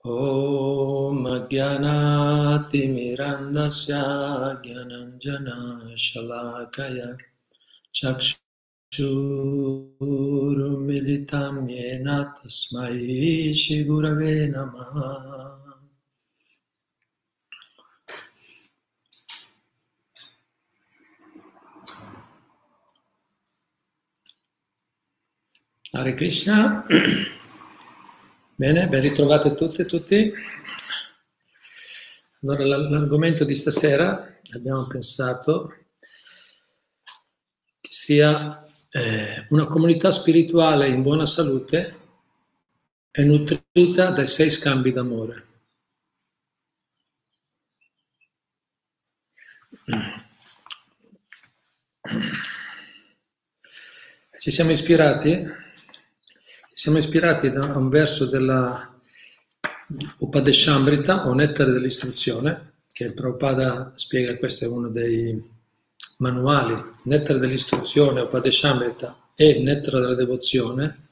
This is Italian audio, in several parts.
Om Jnanati Mirandasya Jnananjana Shalakaya Chakshuru Yena Tasmai Shri Gurave Namaha. Hare Krishna. Bene, ben ritrovate tutte e tutti. Allora, l'argomento di stasera abbiamo pensato che sia una comunità spirituale in buona salute e nutrita dai 6 scambi d'amore. Ci siamo ispirati da un verso della Upadeshamrita, o Nettare dell'istruzione, che Prabhupada spiega. Questo è uno dei manuali, Nettare dell'istruzione, Upadeshamrita e Nettare della devozione,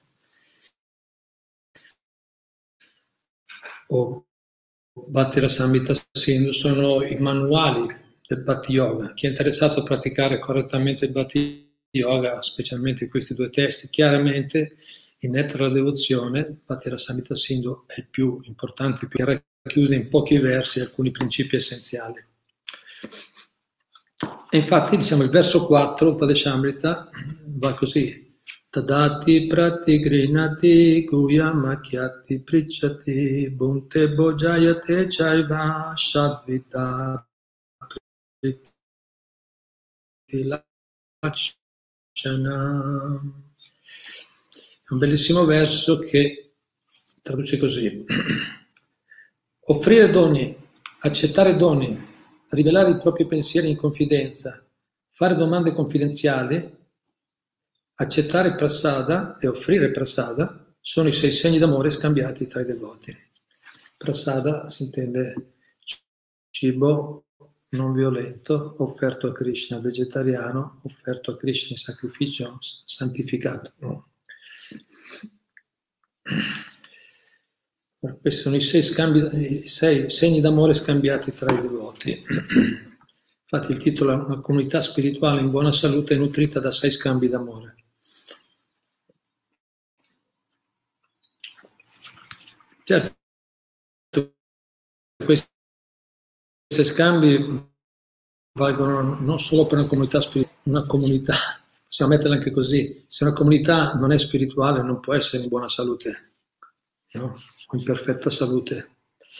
o Bhakti Rasamrita Sindhu, sono i manuali del Bhakti Yoga. Chi è interessato a praticare correttamente il Bhakti Yoga, specialmente questi 2 testi, chiaramente il Nettare della devozione, Bhakti Rasamrita Sindhu, è il più importante, che racchiude in pochi versi alcuni principi essenziali. E infatti, diciamo, il verso 4, Upadeshamrita, va così: Tadati pratigrinati guyamakyati pricchati bhunte bojayate chaiva shadvita pritilakshanam. È un bellissimo verso che traduce così: offrire doni, accettare doni, rivelare i propri pensieri in confidenza, fare domande confidenziali, accettare prasada e offrire prasada sono i 6 segni d'amore scambiati tra i devoti. Prasada si intende cibo non violento offerto a Krishna, vegetariano offerto a Krishna in sacrificio santificato. Questi sono i 6 segni d'amore scambiati tra i devoti. Infatti il titolo è Una comunità spirituale in buona salute nutrita da 6 scambi d'amore. Certo, questi scambi valgono non solo per una comunità spirituale, una comunità, possiamo metterla anche così: se una comunità non è spirituale non può essere in buona salute, no? O in perfetta salute.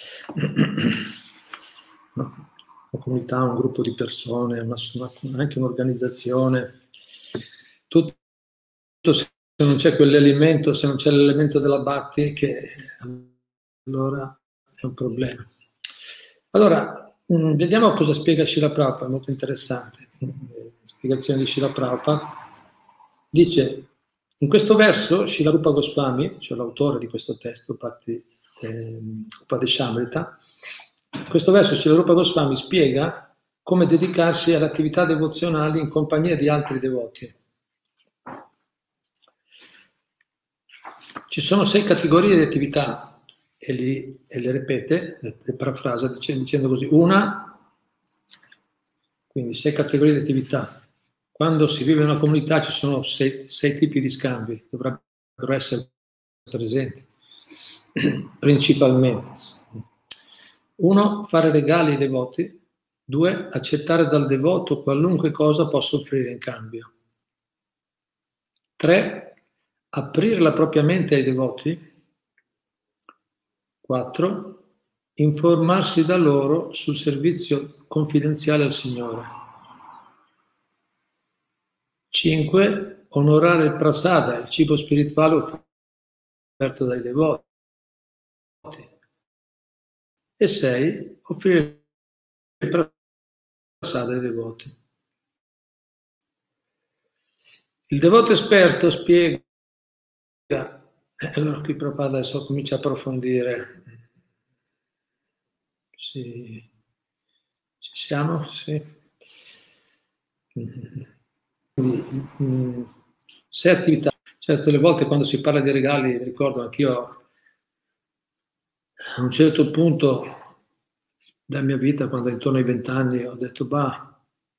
No. Una comunità, un gruppo di persone, anche un'organizzazione, tutto, se non c'è quell'elemento, se non c'è l'elemento della bhakti, che allora è un problema. Allora, vediamo cosa spiega Srila Prabhupada, è molto interessante. La spiegazione di Srila Prabhupada dice: in questo verso Srila Rupa Goswami, cioè l'autore di questo testo, Upadeshamrita, in questo verso Srila Rupa Goswami spiega come dedicarsi alle attività devozionali in compagnia di altri devoti. Ci sono 6 categorie di attività, e le ripete, le parafrasa dicendo così: una, quindi 6 categorie di attività. Quando si vive in una comunità ci sono 6 tipi di scambi, dovrebbero essere presenti, principalmente. 1, fare regali ai devoti. 2, accettare dal devoto qualunque cosa possa offrire in cambio. 3, aprire la propria mente ai devoti. 4, informarsi da loro sul servizio confidenziale al Signore. 5, onorare il prasada, il cibo spirituale offerto dai devoti. E 6, offrire il prasada ai devoti. Il devoto esperto spiega, allora qui Prabhupada adesso comincia a approfondire. Sì. Ci siamo? Sì. Quindi, 6 attività. Certo, le volte quando si parla di regali, ricordo anch'io, A un certo punto della mia vita, quando intorno ai 20 anni, ho detto, ma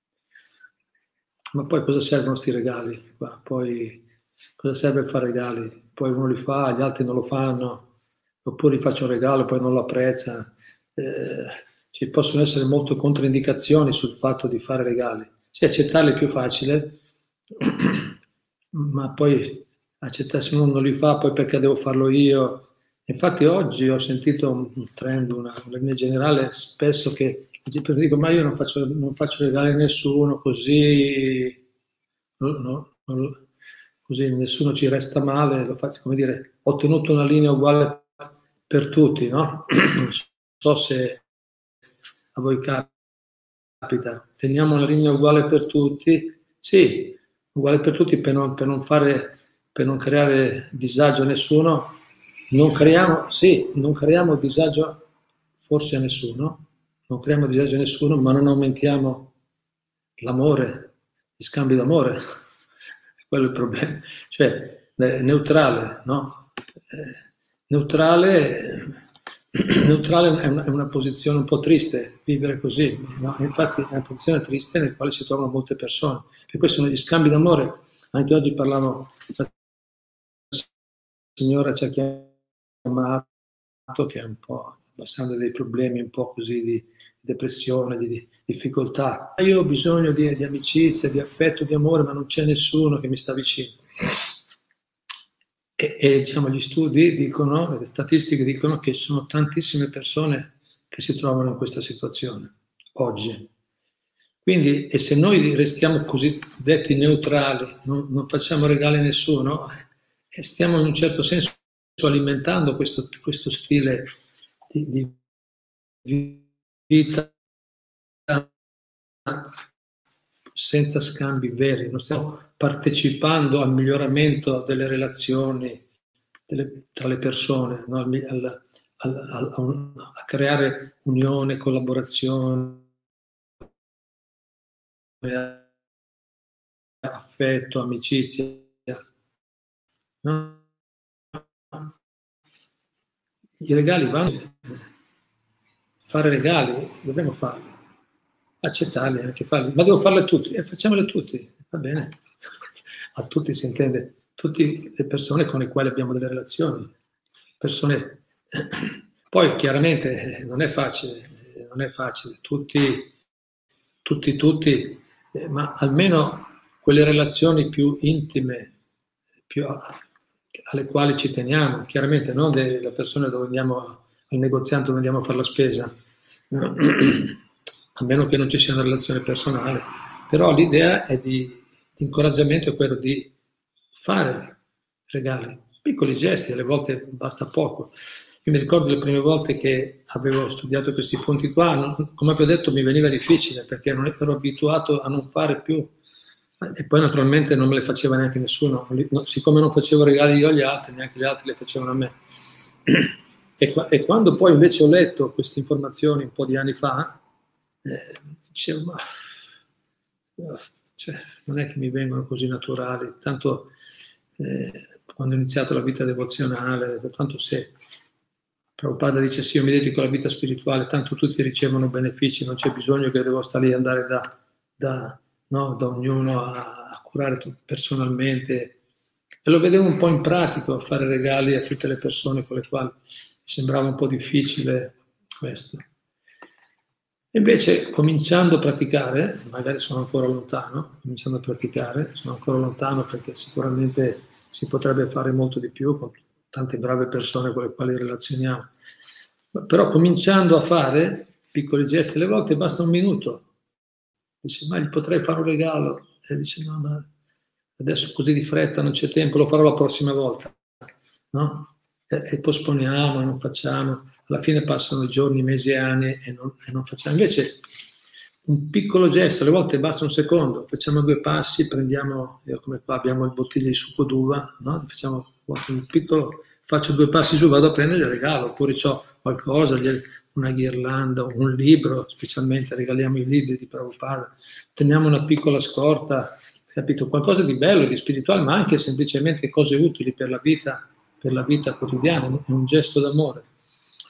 poi cosa servono questi regali? Poi cosa serve fare regali? Poi uno li fa, gli altri non lo fanno, oppure gli faccio un regalo e poi non lo apprezza. Ci possono essere molte controindicazioni sul fatto di fare regali. Se accettarli è più facile, ma poi accettare se uno non li fa, poi perché devo farlo io? Infatti oggi ho sentito un trend, una linea generale, spesso che dico, ma io non faccio regali a nessuno, così, così nessuno ci resta male, lo faccio, come dire, ho tenuto una linea uguale per tutti, no? Non so se a voi capita, teniamo una linea uguale per tutti, sì, uguale per tutti per non creare disagio a nessuno, non creiamo disagio forse a nessuno, non creiamo disagio a nessuno, ma non aumentiamo l'amore, gli scambi d'amore, quello è il problema, cioè neutrale, no? Neutrale è una posizione un po' triste, vivere così, no? Infatti è una posizione triste nella quale si trovano molte persone, per questo sono gli scambi d'amore. Anche oggi parlavo, la signora ci ha chiamato che è un po' passando dei problemi un po' così di depressione, di difficoltà. Io ho bisogno di amicizia, di affetto, di amore, ma non c'è nessuno che mi sta vicino. E diciamo, gli studi dicono, le statistiche dicono che ci sono tantissime persone che si trovano in questa situazione oggi. Quindi, e se noi restiamo cosiddetti neutrali, non facciamo regali a nessuno, stiamo in un certo senso alimentando questo stile di vita senza scambi veri, non stiamo partecipando al miglioramento delle relazioni tra le persone, no? A creare unione, collaborazione, affetto, amicizia. No? I regali vanno, fare regali, dobbiamo farli, accettarli, anche farli, ma devo farli a tutti, facciamoli a tutti, va bene, a tutti si intende, tutte le persone con le quali abbiamo delle relazioni, persone, poi chiaramente non è facile, tutti, ma almeno quelle relazioni più intime, alle quali ci teniamo, chiaramente non delle persone dove andiamo al negoziante, dove andiamo a fare la spesa, a meno che non ci sia una relazione personale, però l'idea è di incoraggiamento è quello di fare regali, piccoli gesti, alle volte basta poco. Io mi ricordo le prime volte che avevo studiato questi punti qua, come vi ho detto mi veniva difficile perché non ero abituato a non fare più, e poi naturalmente non me le faceva neanche nessuno, siccome non facevo regali io agli altri, neanche gli altri le facevano a me. E quando poi invece ho letto queste informazioni un po' di anni fa, dicevo, ma cioè, non è che mi vengono così naturali, tanto quando ho iniziato la vita devozionale, tanto se Prabhupada dice sì, io mi dedico alla vita spirituale, tanto tutti ricevono benefici, non c'è bisogno che devo stare lì ad andare da ognuno a curare personalmente. E lo vedevo un po' in pratico, fare regali a tutte le persone con le quali mi sembrava un po' difficile questo. Invece cominciando a praticare, magari sono ancora lontano, cominciando a praticare, sono ancora lontano perché sicuramente si potrebbe fare molto di più con tante brave persone con le quali relazioniamo, però cominciando a fare piccoli gesti, alle volte basta un minuto, dice ma gli potrei fare un regalo, e dice no ma adesso così di fretta non c'è tempo, lo farò la prossima volta, no? E posponiamo, non facciamo, alla fine passano giorni, mesi e anni e non facciamo. Invece un piccolo gesto, alle volte basta un secondo, facciamo 2 passi, prendiamo, come qua abbiamo il bottiglie di succo d'uva, no? Facciamo un piccolo, faccio 2 passi su, vado a prendere il regalo, oppure ho qualcosa, una ghirlanda, un libro, specialmente regaliamo i libri di Prabhupada, teniamo una piccola scorta, capito? Qualcosa di bello, di spirituale, ma anche semplicemente cose utili per la vita quotidiana, è un gesto d'amore.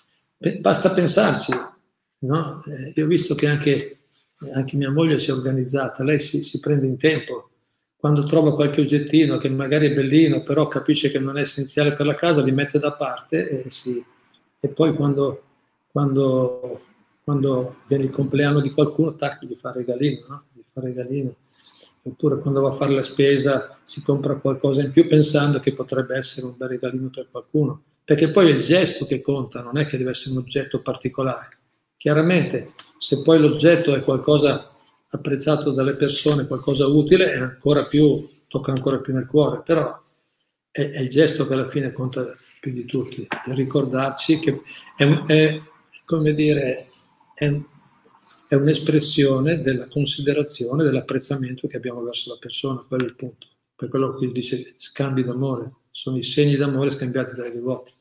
basta pensarci, no? Io ho visto che anche mia moglie si è organizzata, lei si prende in tempo, quando trova qualche oggettino che magari è bellino, però capisce che non è essenziale per la casa, li mette da parte e poi quando viene il compleanno di qualcuno, tac, gli fa regalino, no? Gli fa regalino. Oppure quando va a fare la spesa si compra qualcosa in più pensando che potrebbe essere un bel regalino per qualcuno, perché poi è il gesto che conta, non è che deve essere un oggetto particolare. Chiaramente, se poi l'oggetto è qualcosa apprezzato dalle persone, qualcosa utile, è ancora più, tocca ancora più nel cuore, però è il gesto che alla fine conta più di tutti, e ricordarci che come dire, è un'espressione della considerazione, dell'apprezzamento che abbiamo verso la persona, quello è il punto. Per quello che dice scambi d'amore, sono i segni d'amore scambiati dai devoti.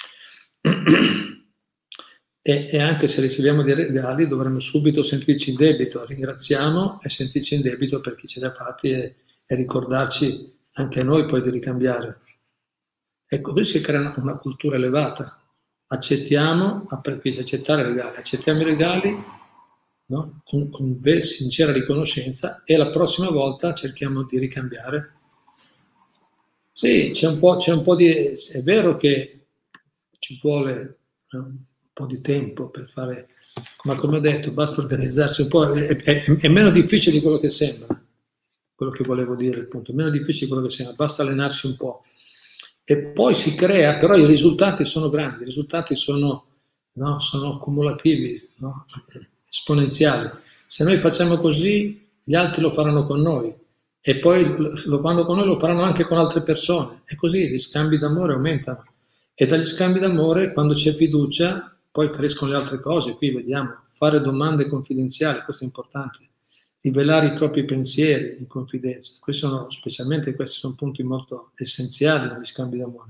E anche se riceviamo dei regali dovremmo subito sentirci in debito, ringraziamo e sentirci in debito per chi ce li ha fatti e ricordarci anche a noi poi di ricambiare. Ecco, qui si crea una cultura elevata. Accettiamo, accettare i regali, accettiamo i regali, no? con sincera riconoscenza, e la prossima volta cerchiamo di ricambiare. Sì, c'è un po' di... È vero che ci vuole un po' di tempo per fare... Ma come ho detto, basta organizzarsi un po'. È meno difficile di quello che sembra. Quello che volevo dire, appunto. È meno difficile di quello che sembra. Basta allenarsi un po'. E poi si crea, però i risultati sono grandi, i risultati sono accumulativi, no? Esponenziali. Se noi facciamo così, gli altri lo faranno con noi e poi lo fanno con noi, lo faranno anche con altre persone e così gli scambi d'amore aumentano e dagli scambi d'amore, quando c'è fiducia, poi crescono le altre cose. Qui vediamo, fare domande confidenziali, questo è importante, rivelare i propri pensieri in confidenza. Specialmente questi sono punti molto essenziali negli scambi d'amore.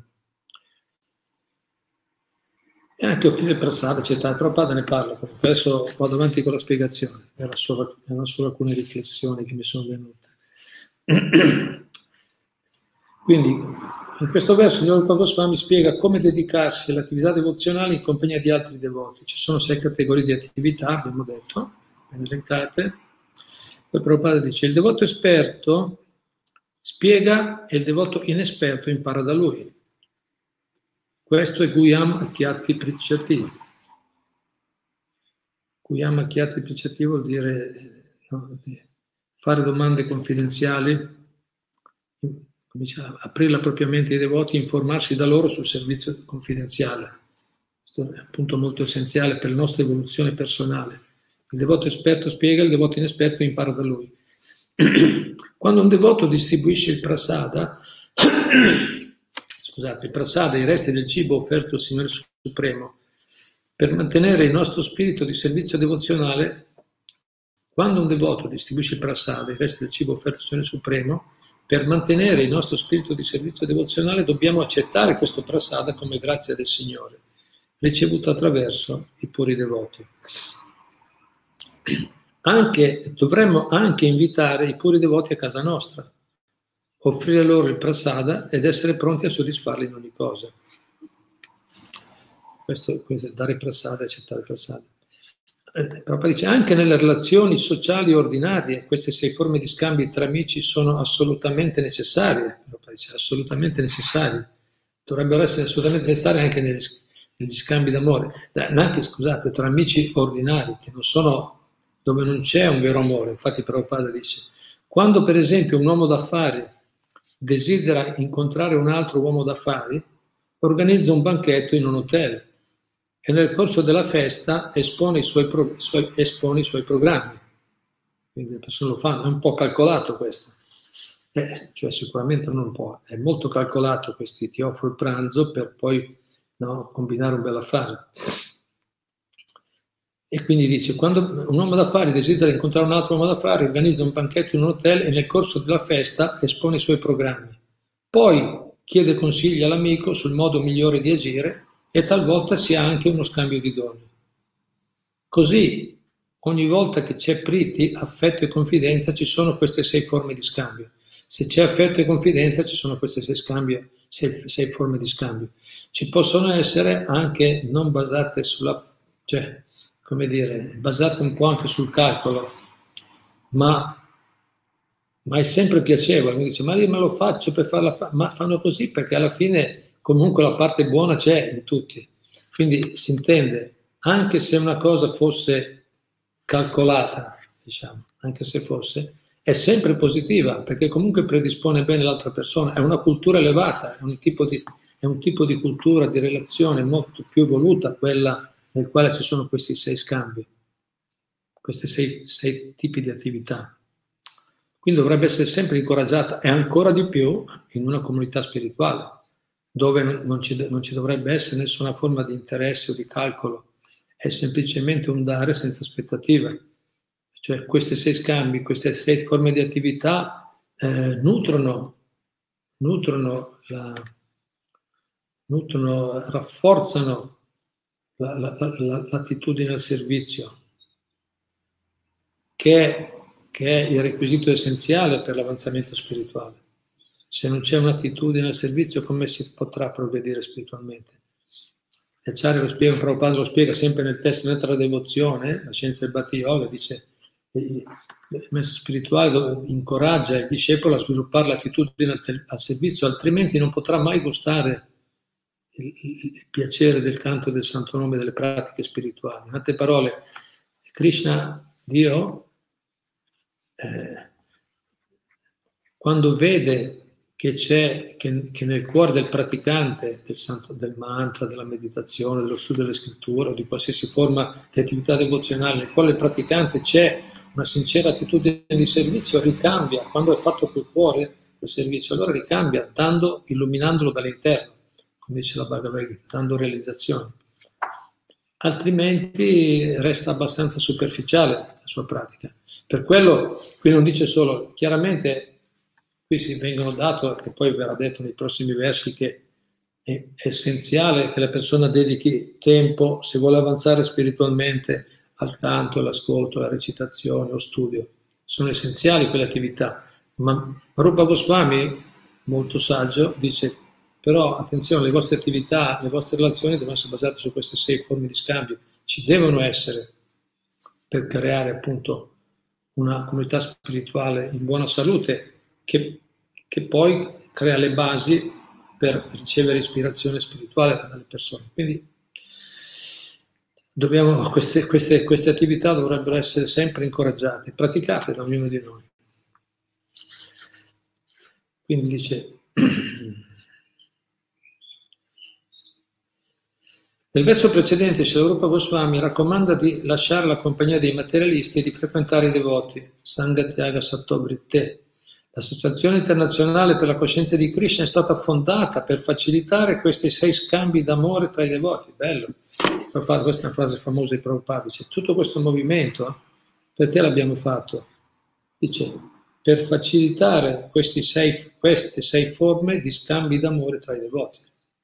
E anche offrire prasada, eccetera. Prabhupada ne parla, perché adesso vado avanti con la spiegazione, erano solo alcune riflessioni che mi sono venute. Quindi, in questo verso il Goswami spiega come dedicarsi alle attività devozionali in compagnia di altri devoti. Ci sono 6 categorie di attività, abbiamo detto, ben elencate. Poi Prabhupada dice, il devoto esperto spiega e il devoto inesperto impara da lui. Questo è Guyam Akhyati Prichati. Guyam Akhyati Prichati vuol dire fare domande confidenziali, aprire la propria mente ai devoti, informarsi da loro sul servizio confidenziale. Questo è un punto molto essenziale per la nostra evoluzione personale. Il devoto esperto spiega, il devoto inesperto impara da lui. Quando un devoto distribuisce il prasada, il prasada, i resti del cibo offerto al Signore Supremo, per mantenere il nostro spirito di servizio devozionale, quando un devoto distribuisce il prasada, i resti del cibo offerto al Signore Supremo, per mantenere il nostro spirito di servizio devozionale dobbiamo accettare questo prasada come grazia del Signore, ricevuto attraverso i puri devoti. Dovremmo anche invitare i puri devoti a casa nostra, offrire loro il prasada ed essere pronti a soddisfarli in ogni cosa. Questo è dare prasada e accettare prasada. Prabhupada dice, anche nelle relazioni sociali ordinarie, queste 6 forme di scambi tra amici sono assolutamente necessarie. Prabhupada dice, assolutamente necessarie. Dovrebbero essere assolutamente necessarie anche negli scambi d'amore. Anche, scusate, tra amici ordinari, che non sono, dove non c'è un vero amore. Infatti Prabhupada dice, quando per esempio un uomo d'affari desidera incontrare un altro uomo d'affari, organizza un banchetto in un hotel e nel corso della festa espone i suoi programmi. Quindi le persone lo fanno, è un po' calcolato questo. Cioè sicuramente non un po', è molto calcolato questi, ti offro il pranzo per poi combinare un bel affare. E quindi dice, quando un uomo d'affari desidera incontrare un altro uomo d'affari, organizza un banchetto in un hotel e nel corso della festa espone i suoi programmi. Poi chiede consigli all'amico sul modo migliore di agire e talvolta si ha anche uno scambio di doni. Così, ogni volta che c'è priti, affetto e confidenza, ci sono queste 6 forme di scambio. Se c'è affetto e confidenza ci sono queste sei forme di scambio. Ci possono essere anche non basate cioè, come dire, basate un po' anche sul calcolo, ma è sempre piacevole. Mi dice, ma io me lo faccio per farla ma fanno così perché alla fine comunque la parte buona c'è in tutti. Quindi si intende, anche se una cosa fosse calcolata, diciamo, anche se fosse, è sempre positiva, perché comunque predispone bene l'altra persona, è una cultura elevata, è un tipo di cultura, di relazione molto più evoluta, quella nel quale ci sono questi 6 scambi, questi sei tipi di attività. Quindi dovrebbe essere sempre incoraggiata, e ancora di più in una comunità spirituale, dove non ci dovrebbe essere nessuna forma di interesse o di calcolo, è semplicemente un dare senza aspettativa. Cioè questi 6 scambi, queste 6 forme di attività rafforzano l'attitudine al servizio, che è il requisito essenziale per l'avanzamento spirituale. Se non c'è un'attitudine al servizio, come si potrà progredire spiritualmente? Acharya Prabhupada lo spiega sempre nel testo della devozione, la scienza del Bhakti Yoga, dice il maestro spirituale incoraggia il discepolo a sviluppare l'attitudine al servizio, altrimenti non potrà mai gustare il piacere del canto del santo nome, delle pratiche spirituali. In altre parole, Krishna, Dio, quando vede che nel cuore del praticante del mantra, della meditazione, dello studio delle scritture o di qualsiasi forma di attività devozionale nel quale il praticante c'è una sincera attitudine di servizio, ricambia, quando è fatto col cuore il servizio, allora ricambia illuminandolo dall'interno, come dice la Bhagavad Gita, dando realizzazione. Altrimenti resta abbastanza superficiale la sua pratica. Per quello qui non dice solo, chiaramente qui si vengono dato, e poi verrà detto nei prossimi versi, che è essenziale che la persona dedichi tempo, se vuole avanzare spiritualmente, al canto, all'ascolto, alla recitazione, allo studio. Sono essenziali quelle attività. Ma Rupa Goswami, molto saggio, dice però attenzione, le vostre attività, le vostre relazioni devono essere basate su queste 6 forme di scambio. Ci devono essere per creare appunto una comunità spirituale in buona salute che poi crea le basi per ricevere ispirazione spirituale dalle persone. Quindi queste attività dovrebbero essere sempre incoraggiate, praticate da ognuno di noi. Quindi dice, nel verso precedente Srila Rupa Goswami raccomanda di lasciare la compagnia dei materialisti e di frequentare i devoti, Sangatyaga Sattva-vritte. L'Associazione Internazionale per la Coscienza di Krishna è stata fondata per facilitare questi 6 scambi d'amore tra i devoti. Bello. Prabhupada, questa è una frase famosa di Prabhupada, dice, tutto questo movimento, perché l'abbiamo fatto? Dice, per facilitare queste 6 forme di scambi d'amore tra i devoti.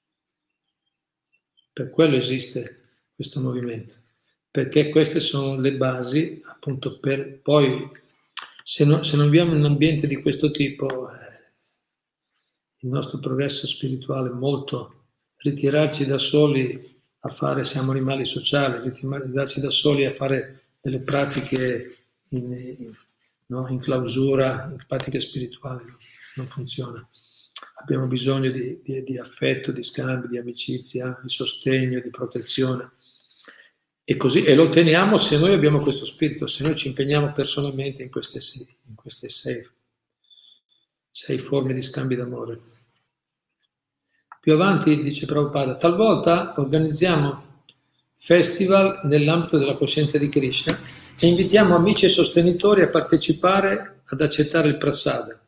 Per quello esiste questo movimento, perché queste sono le basi, appunto, per poi, se non viviamo in un ambiente di questo tipo, il nostro progresso spirituale è molto ritirarci da soli a fare, siamo animali sociali, ritirarci da soli a fare delle pratiche in clausura, in pratiche spirituali, non funziona. Abbiamo bisogno di affetto, di scambio, di amicizia, di sostegno, di protezione. E lo otteniamo se noi abbiamo questo spirito, se noi ci impegniamo personalmente in queste 6 forme di scambi d'amore. Più avanti dice Prabhupada, talvolta organizziamo festival nell'ambito della coscienza di Krishna e invitiamo amici e sostenitori a partecipare ad accettare il prasada.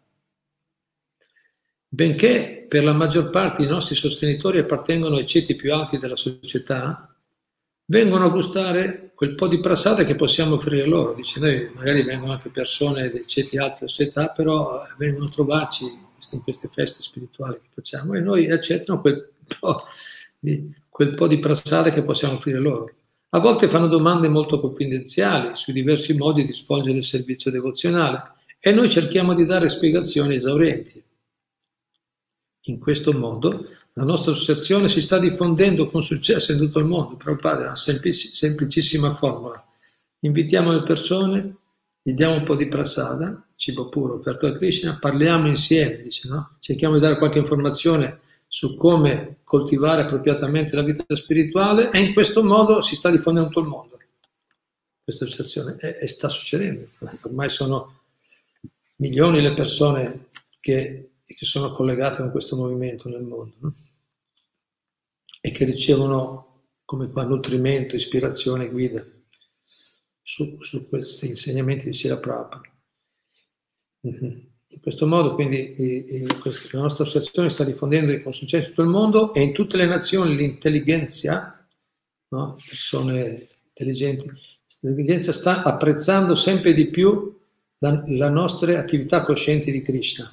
Benché per la maggior parte i nostri sostenitori appartengono ai ceti più alti della società, vengono a gustare quel po' di prasada che possiamo offrire loro. Dice, noi magari vengono anche persone dei ceti alti della società, però vengono a trovarci in queste feste spirituali che facciamo e noi accettano quel po' di prasada che possiamo offrire loro. A volte fanno domande molto confidenziali sui diversi modi di svolgere il servizio devozionale e noi cerchiamo di dare spiegazioni esaurienti. In questo modo la nostra associazione si sta diffondendo con successo in tutto il mondo. Prabhupada ha una semplicissima formula. Invitiamo le persone, gli diamo un po' di prasada, cibo puro offerto a Krishna, parliamo insieme, dice, no? Cerchiamo di dare qualche informazione su come coltivare appropriatamente la vita spirituale e in questo modo si sta diffondendo in tutto il mondo questa associazione e sta succedendo. Ormai sono milioni le persone che sono collegate con questo movimento nel mondo, no? E che ricevono come qua nutrimento, ispirazione, guida su questi insegnamenti di Srila Prabhupada. In questo modo quindi la nostra associazione sta diffondendo con successo in tutto il mondo e in tutte le nazioni l'intelligenza, no? Persone intelligenti, l'intelligenza sta apprezzando sempre di più la nostre attività coscienti di Krishna.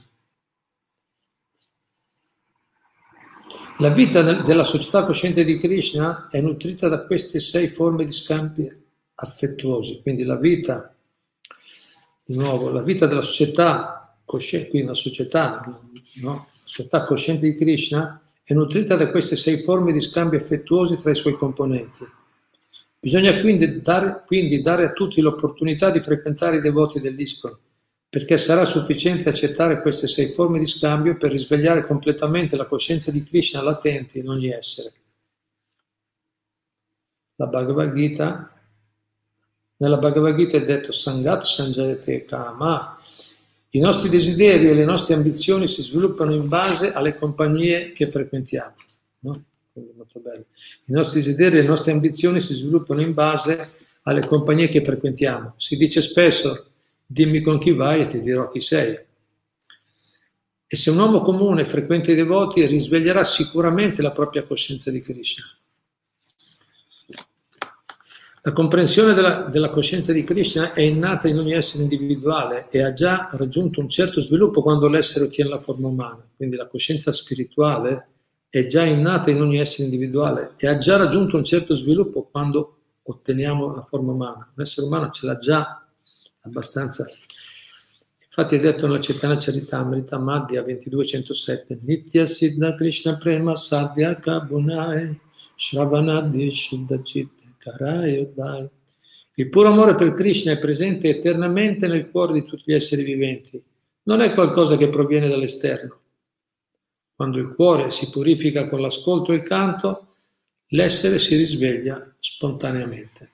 La vita della società cosciente di Krishna è nutrita da queste 6 forme di scambi affettuosi, quindi la vita, di nuovo, la vita della società cosciente, quindi la società, no? La società cosciente di Krishna è nutrita da queste 6 forme di scambi affettuosi tra i suoi componenti. Bisogna quindi dare a tutti l'opportunità di frequentare i devoti dell'ISKCON, perché sarà sufficiente accettare queste 6 forme di scambio per risvegliare completamente la coscienza di Krishna latente in ogni essere. Nella Bhagavad Gita è detto Sangat Sanjayate Kama. I nostri desideri e le nostre ambizioni si sviluppano in base alle compagnie che frequentiamo. No? Quindi molto bello. I nostri desideri e le nostre ambizioni si sviluppano in base alle compagnie che frequentiamo. Si dice spesso dimmi con chi vai e ti dirò chi sei. E se un uomo comune frequenta i devoti, risveglierà sicuramente la propria coscienza di Krishna. La comprensione della coscienza di Krishna è innata in ogni essere individuale e ha già raggiunto un certo sviluppo quando l'essere ottiene la forma umana. Quindi la coscienza spirituale è già innata in ogni essere individuale e ha già raggiunto un certo sviluppo quando otteniamo la forma umana. Un essere umano ce l'ha già abbastanza. Infatti è detto nella Chaitanya Charitamrita Madhya 22.107 Nitya Siddha Krishna Prema Sadhya Kabunai Shravanadi Shuddha Chitte Karai Udai. Il puro amore per Krishna è presente eternamente nel cuore di tutti gli esseri viventi. Non è qualcosa che proviene dall'esterno. Quando il cuore si purifica con l'ascolto e il canto, l'essere si risveglia spontaneamente.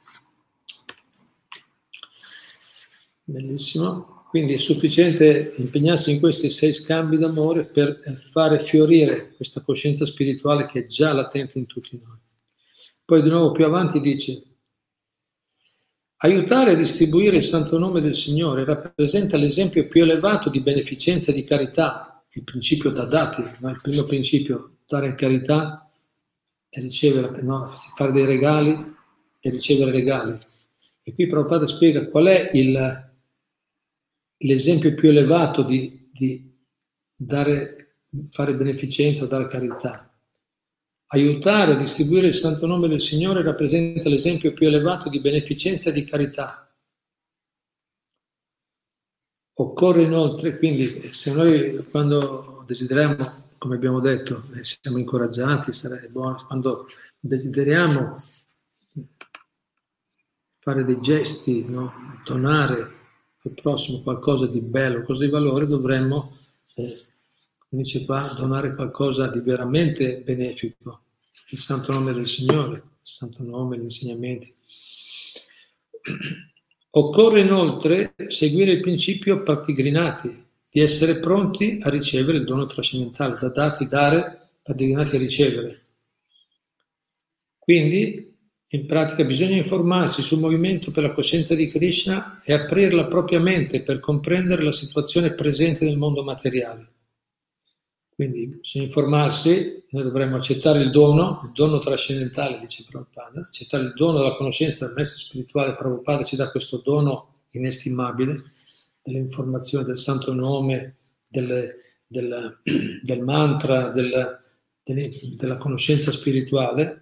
Bellissimo. Quindi è sufficiente impegnarsi in questi 6 scambi d'amore per fare fiorire questa coscienza spirituale che è già latente in tutti noi. Poi di nuovo più avanti dice aiutare a distribuire il santo nome del Signore rappresenta l'esempio più elevato di beneficenza e di carità, il principio da dati, no? Il primo principio, dare in carità e ricevere, no? Fare dei regali e ricevere regali. E qui Prabhupada spiega qual è l'esempio più elevato di fare beneficenza o dare carità. Aiutare a distribuire il santo nome del Signore rappresenta l'esempio più elevato di beneficenza e di carità. Occorre inoltre, quindi, se noi quando desideriamo, come abbiamo detto, siamo incoraggiati, sarebbe buono, quando desideriamo fare dei gesti, no? Donare al prossimo qualcosa di bello, qualcosa di valore, dovremmo, come dice qua, donare qualcosa di veramente benefico. Il santo nome del Signore, il santo nome, gli insegnamenti. Occorre inoltre seguire il principio pratigrinati, di essere pronti a ricevere il dono trascendentale, da dati, dare, pratigrinati a ricevere. Quindi, in pratica, bisogna informarsi sul movimento per la coscienza di Krishna e aprire la propria mente per comprendere la situazione presente nel mondo materiale. Quindi bisogna informarsi, noi dovremmo accettare il dono trascendentale, dice Prabhupada, accettare il dono della conoscenza del maestro spirituale. Prabhupada ci dà questo dono inestimabile, dell'informazione, del santo nome, del mantra, della conoscenza spirituale.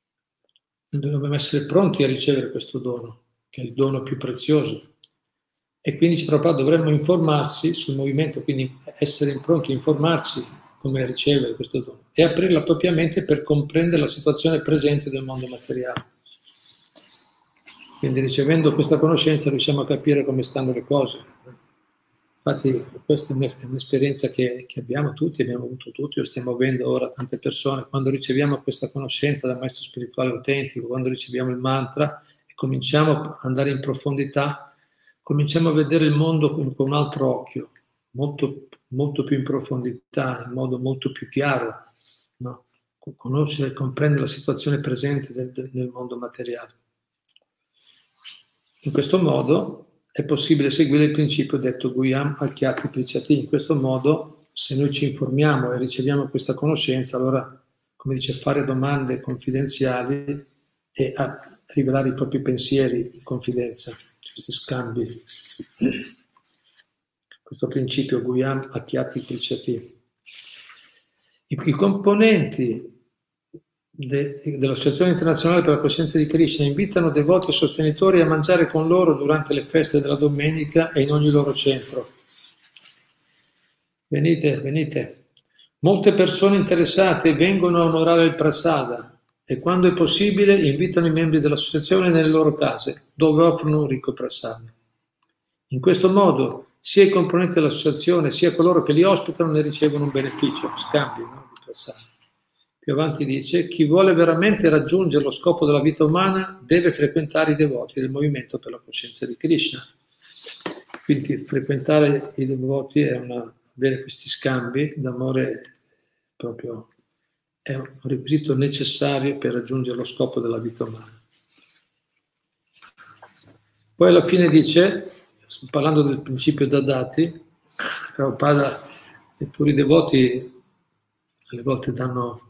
Dobbiamo essere pronti a ricevere questo dono, che è il dono più prezioso. E quindi Prabhupada dovremmo informarsi sul movimento, quindi essere pronti a informarsi come ricevere questo dono e aprire la propria mente per comprendere la situazione presente del mondo materiale. Quindi ricevendo questa conoscenza riusciamo a capire come stanno le cose. Infatti questa è un'esperienza che abbiamo avuto tutti, lo stiamo avendo ora tante persone. Quando riceviamo questa conoscenza dal maestro spirituale autentico, quando riceviamo il mantra e cominciamo ad andare in profondità, cominciamo a vedere il mondo con un altro occhio, molto, molto più in profondità, in modo molto più chiaro, no? Conoscere e comprendere la situazione presente nel mondo materiale. In questo modo è possibile seguire il principio detto Guyam Akyati Prichati. In questo modo, se noi ci informiamo e riceviamo questa conoscenza, allora, come dice, fare domande confidenziali e a rivelare i propri pensieri in confidenza, questi scambi. Questo principio Guyam Akyati Prichati. I componenti dell'Associazione Internazionale per la Coscienza di Krishna invitano devoti e sostenitori a mangiare con loro durante le feste della domenica e in ogni loro centro. Venite, venite. Molte persone interessate vengono a onorare il prasada e quando è possibile invitano i membri dell'associazione nelle loro case, dove offrono un ricco prasada. In questo modo sia i componenti dell'associazione sia coloro che li ospitano ne ricevono un beneficio, scambio, no, di prasada. Più avanti dice, chi vuole veramente raggiungere lo scopo della vita umana deve frequentare i devoti del movimento per la coscienza di Krishna. Quindi frequentare i devoti è avere questi scambi d'amore proprio è un requisito necessario per raggiungere lo scopo della vita umana. Poi alla fine dice, parlando del principio Dadati, Prabhupada e pure i devoti alle volte danno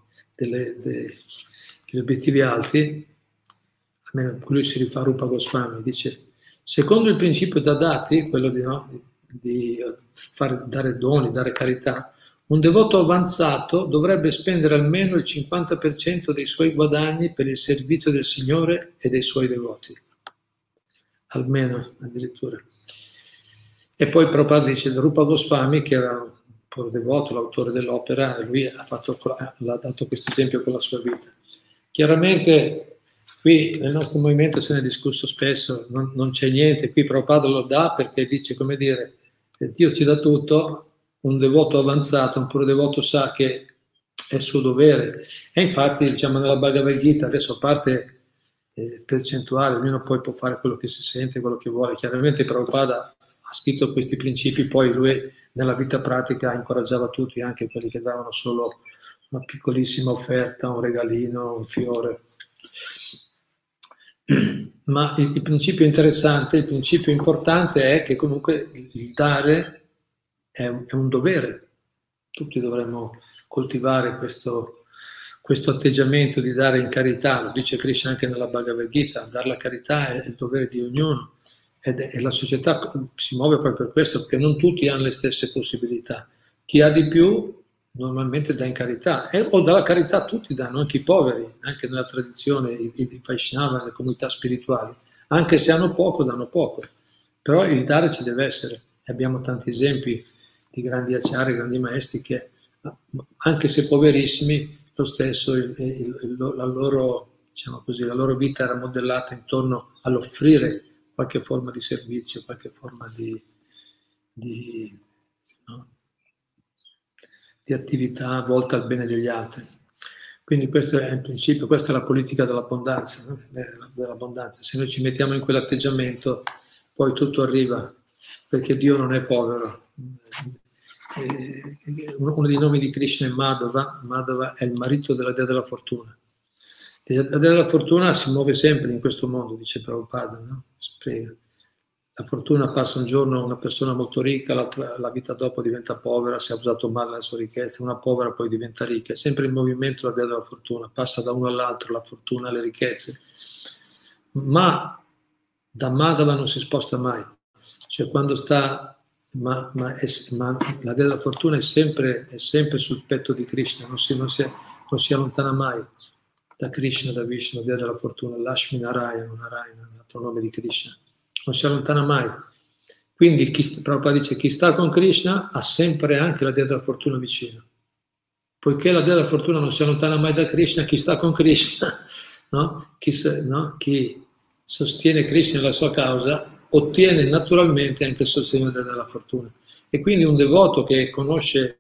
degli obiettivi alti, almeno lui si rifà a Rupa Goswami, dice, secondo il principio Dadati, quello di dare doni, dare carità, un devoto avanzato dovrebbe spendere almeno il 50% dei suoi guadagni per il servizio del Signore e dei suoi devoti. Almeno, addirittura. E poi Prabhupada dice, Rupa Goswami, che era un puro devoto, l'autore dell'opera, lui l'ha dato questo esempio con la sua vita. Chiaramente qui nel nostro movimento se ne è discusso spesso, non c'è niente, qui Prabhupada lo dà perché dice, come dire, Dio ci dà tutto, un devoto avanzato, un puro devoto sa che è il suo dovere. E infatti, diciamo, nella Bhagavad Gita, adesso a parte percentuale, ognuno poi può fare quello che si sente, quello che vuole. Chiaramente Prabhupada ha scritto questi principi, poi lui nella vita pratica incoraggiava tutti, anche quelli che davano solo una piccolissima offerta, un regalino, un fiore. Ma il principio interessante, il principio importante è che comunque il dare è un dovere. Tutti dovremmo coltivare questo atteggiamento di dare in carità, lo dice Krishna anche nella Bhagavad Gita, dare la carità è il dovere di ognuno e la società si muove proprio per questo, perché non tutti hanno le stesse possibilità. Chi ha di più normalmente dà in carità, o dalla carità tutti danno, anche i poveri, anche nella tradizione di Vaishnava, nelle comunità spirituali, anche se hanno poco, danno poco, però il dare ci deve essere. E abbiamo tanti esempi di grandi acciari, grandi maestri che, anche se poverissimi, lo stesso la loro, diciamo così, la loro vita era modellata intorno all'offrire qualche forma di servizio, qualche forma di attività volta al bene degli altri. Quindi questo è il principio, questa è la politica dell'abbondanza, no? Dell'abbondanza. Se noi ci mettiamo in quell'atteggiamento, poi tutto arriva, perché Dio non è povero. Uno dei nomi di Krishna è Madhava. Madhava è il marito della dea della fortuna. La dea della fortuna si muove sempre in questo mondo, dice Prabhupada, no? Spiega. La fortuna passa un giorno una persona molto ricca, la vita dopo diventa povera, se ha usato male la sua ricchezza, una povera poi diventa ricca. È sempre in movimento la dea della fortuna, passa da uno all'altro la fortuna alle ricchezze. Ma da Madhava non si sposta mai. Cioè quando sta... Ma la dea della fortuna è sempre sul petto di Krishna, non si allontana mai da Krishna, da Vishnu, dea della fortuna, Lakshmi Narayana, un altro nome di Krishna. Non si allontana mai, Quindi Prabhupada dice chi sta con Krishna ha sempre anche la dea della fortuna vicino. Poiché la dea della fortuna non si allontana mai da Krishna, chi sta con Krishna, no? Chi sostiene Krishna nella sua causa, ottiene naturalmente anche il sostegno della fortuna. E quindi un devoto che conosce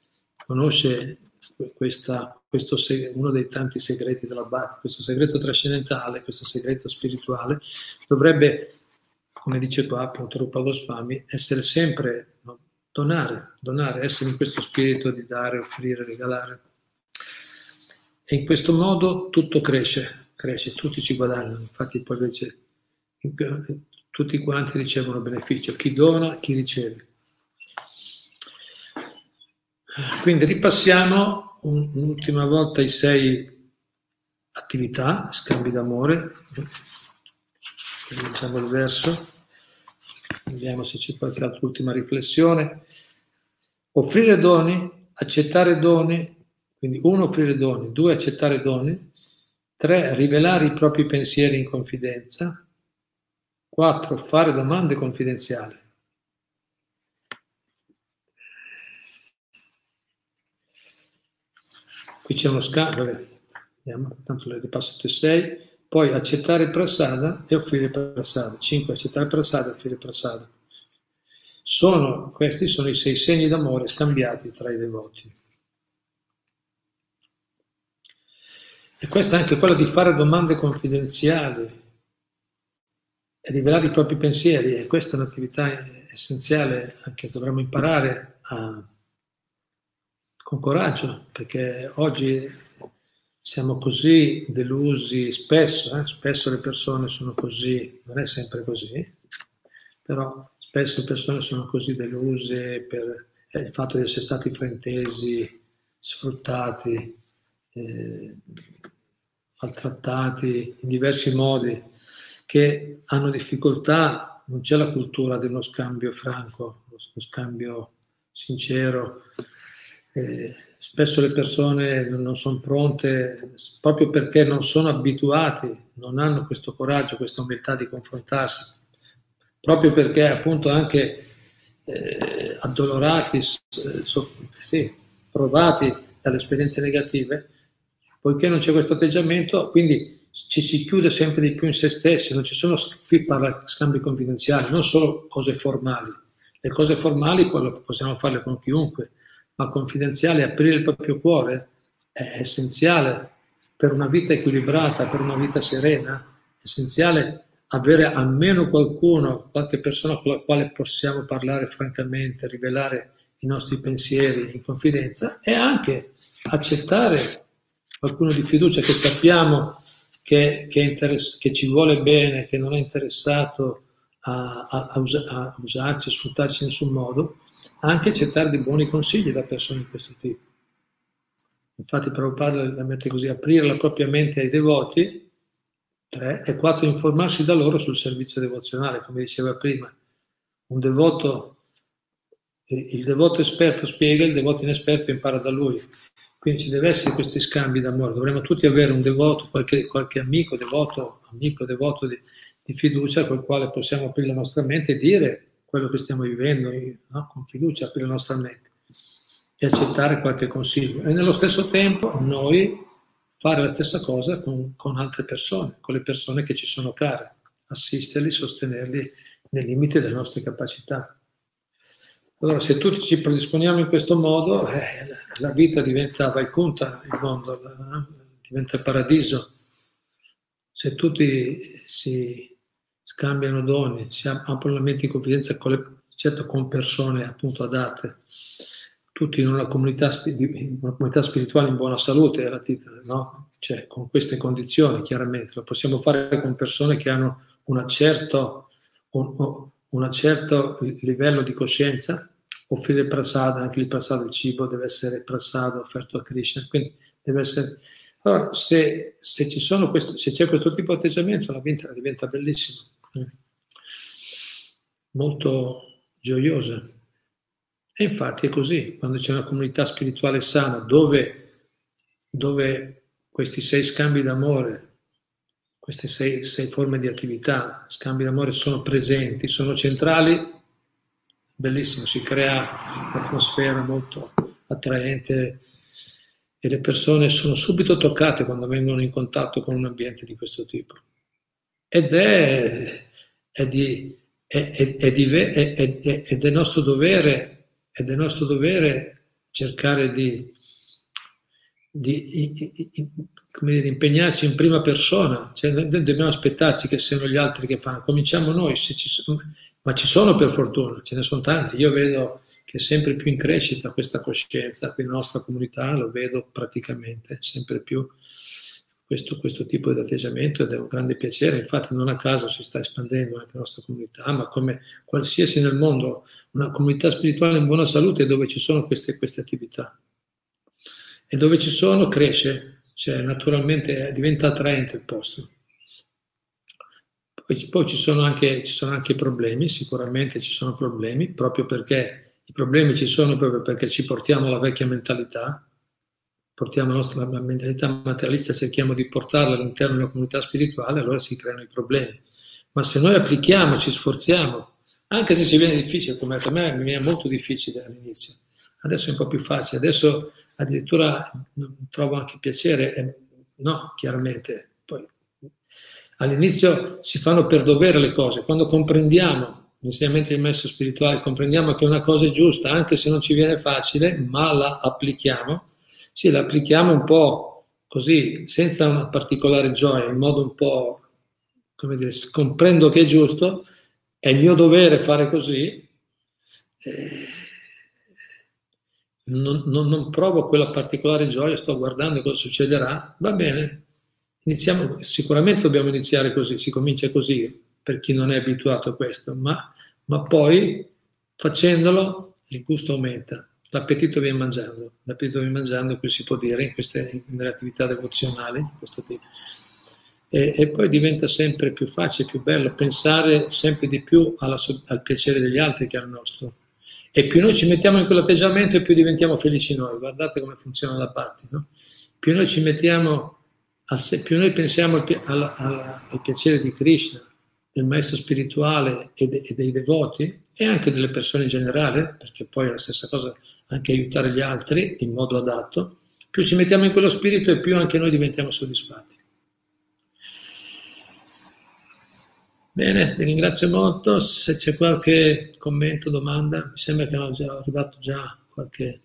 uno dei tanti segreti della Bhakti, questo segreto trascendentale, questo segreto spirituale, dovrebbe, come dice qua appunto Rupa Goswami, essere sempre, no? donare, essere in questo spirito di dare, offrire, regalare. E in questo modo tutto cresce, tutti ci guadagnano. Infatti poi invece tutti quanti ricevono beneficio, chi dona, chi riceve. Quindi ripassiamo un'ultima volta i 6 attività, scambi d'amore. Leggiamo il verso. Vediamo se c'è qualche altra ultima riflessione. Offrire doni, accettare doni, quindi 1 offrire doni, 2 accettare doni, 3 rivelare i propri pensieri in confidenza, 4 fare domande confidenziali. Qui c'è uno scambio, vediamo, tanto le ripasso tutte 6. Poi accettare prasada e offrire prasada. 5 accettare prasada e offrire prasada. Questi sono i 6 segni d'amore scambiati tra i devoti. E questa è anche quella di fare domande confidenziali e rivelare i propri pensieri. E questa è un'attività essenziale anche dovremmo imparare con coraggio, perché oggi siamo così delusi, spesso le persone sono così, non è sempre così, però spesso le persone sono così deluse per il fatto di essere stati fraintesi, sfruttati, maltrattati in diversi modi, che hanno difficoltà, non c'è la cultura dello scambio franco, lo scambio sincero. Spesso le persone non sono pronte proprio perché non sono abituati, non hanno questo coraggio, questa umiltà di confrontarsi, proprio perché appunto anche addolorati, provati dalle esperienze negative, poiché non c'è questo atteggiamento, quindi ci si chiude sempre di più in se stessi, non ci sono, qui parla scambi confidenziali, non solo cose formali. Le cose formali possiamo farle con chiunque, ma confidenziale, aprire il proprio cuore è essenziale per una vita equilibrata, per una vita serena, è essenziale avere almeno qualche persona con la quale possiamo parlare francamente, rivelare i nostri pensieri in confidenza e anche accettare qualcuno di fiducia che sappiamo che ci vuole bene, che non è interessato a usarci, a sfruttarci in nessun modo, anche accettare dei buoni consigli da persone di questo tipo. Infatti Prabhupada la mette così: aprire la propria mente ai devoti, 3, e 4, informarsi da loro sul servizio devozionale, come diceva prima. Il devoto esperto spiega, il devoto inesperto impara da lui. Quindi ci deve essere questi scambi d'amore. Dovremmo tutti avere un devoto, qualche amico devoto di fiducia col quale possiamo aprire la nostra mente e dire quello che stiamo vivendo, no? Con fiducia aprire la nostra mente e accettare qualche consiglio. E nello stesso tempo noi fare la stessa cosa con altre persone, con le persone che ci sono care, assisterli, sostenerli nei limiti delle nostre capacità. Allora, se tutti ci predisponiamo in questo modo, la vita diventa Vaikuntha, il mondo diventa paradiso. Se tutti si scambiano doni, si aprono la mente in confidenza certo con persone appunto adatte, tutti in una comunità spirituale in buona salute, no? Cioè, con queste condizioni chiaramente, lo possiamo fare con persone che hanno un certo livello di coscienza. Offrire prasada, anche il prasada, il cibo deve essere prasada offerto a Krishna, quindi deve essere. Allora, se c'è questo tipo di atteggiamento, la vita diventa bellissima, molto gioiosa. E infatti è così, quando c'è una comunità spirituale sana, dove questi 6 scambi d'amore, queste 6 forme di attività, scambi d'amore sono presenti, sono centrali, bellissimo, si crea un'atmosfera molto attraente e le persone sono subito toccate quando vengono in contatto con un ambiente di questo tipo. Ed è nostro dovere cercare come dire, impegnarci in prima persona, cioè, noi dobbiamo aspettarci che siano gli altri che fanno, cominciamo noi, ma ci sono per fortuna, ce ne sono tanti, io vedo che è sempre più in crescita questa coscienza, qui nella nostra comunità lo vedo praticamente sempre più questo tipo di atteggiamento ed è un grande piacere, infatti non a caso si sta espandendo anche la nostra comunità, ma come qualsiasi nel mondo, una comunità spirituale in buona salute è dove ci sono queste attività. E dove ci sono cresce, cioè naturalmente diventa attraente il posto. Poi ci sono anche problemi, sicuramente ci sono problemi, proprio perché i problemi ci sono proprio perché ci portiamo la vecchia mentalità, portiamo la mentalità materialista, cerchiamo di portarla all'interno della comunità spirituale, allora si creano i problemi. Ma se noi applichiamo, ci sforziamo, anche se ci viene difficile, come a me mi viene molto difficile all'inizio, adesso è un po' più facile, adesso addirittura trovo anche piacere, no, chiaramente, poi all'inizio si fanno per dovere le cose, quando comprendiamo l'insegnamento del maestro spirituale, comprendiamo che una cosa è giusta, anche se non ci viene facile, ma la applichiamo, sì, la applichiamo un po' così, senza una particolare gioia, in modo un po', come dire, comprendo che è giusto, è il mio dovere fare così, non provo quella particolare gioia, sto guardando cosa succederà, va bene, iniziamo, sicuramente dobbiamo iniziare così, si comincia così per chi non è abituato a questo, ma poi facendolo il gusto aumenta, l'appetito viene mangiando, qui si può dire, nelle attività devozionali, questo tipo. E poi diventa sempre più facile, più bello pensare sempre di più al piacere degli altri che al nostro. E più noi ci mettiamo in quell'atteggiamento e più diventiamo felici noi. Guardate come funziona la Bhakti, no? Più noi ci mettiamo, più noi pensiamo al piacere di Krishna, del maestro spirituale e dei devoti e anche delle persone in generale, perché poi è la stessa cosa anche aiutare gli altri in modo adatto, più ci mettiamo in quello spirito e più anche noi diventiamo soddisfatti. Bene, vi ringrazio molto, se c'è qualche commento, domanda, mi sembra che è arrivato già qualche...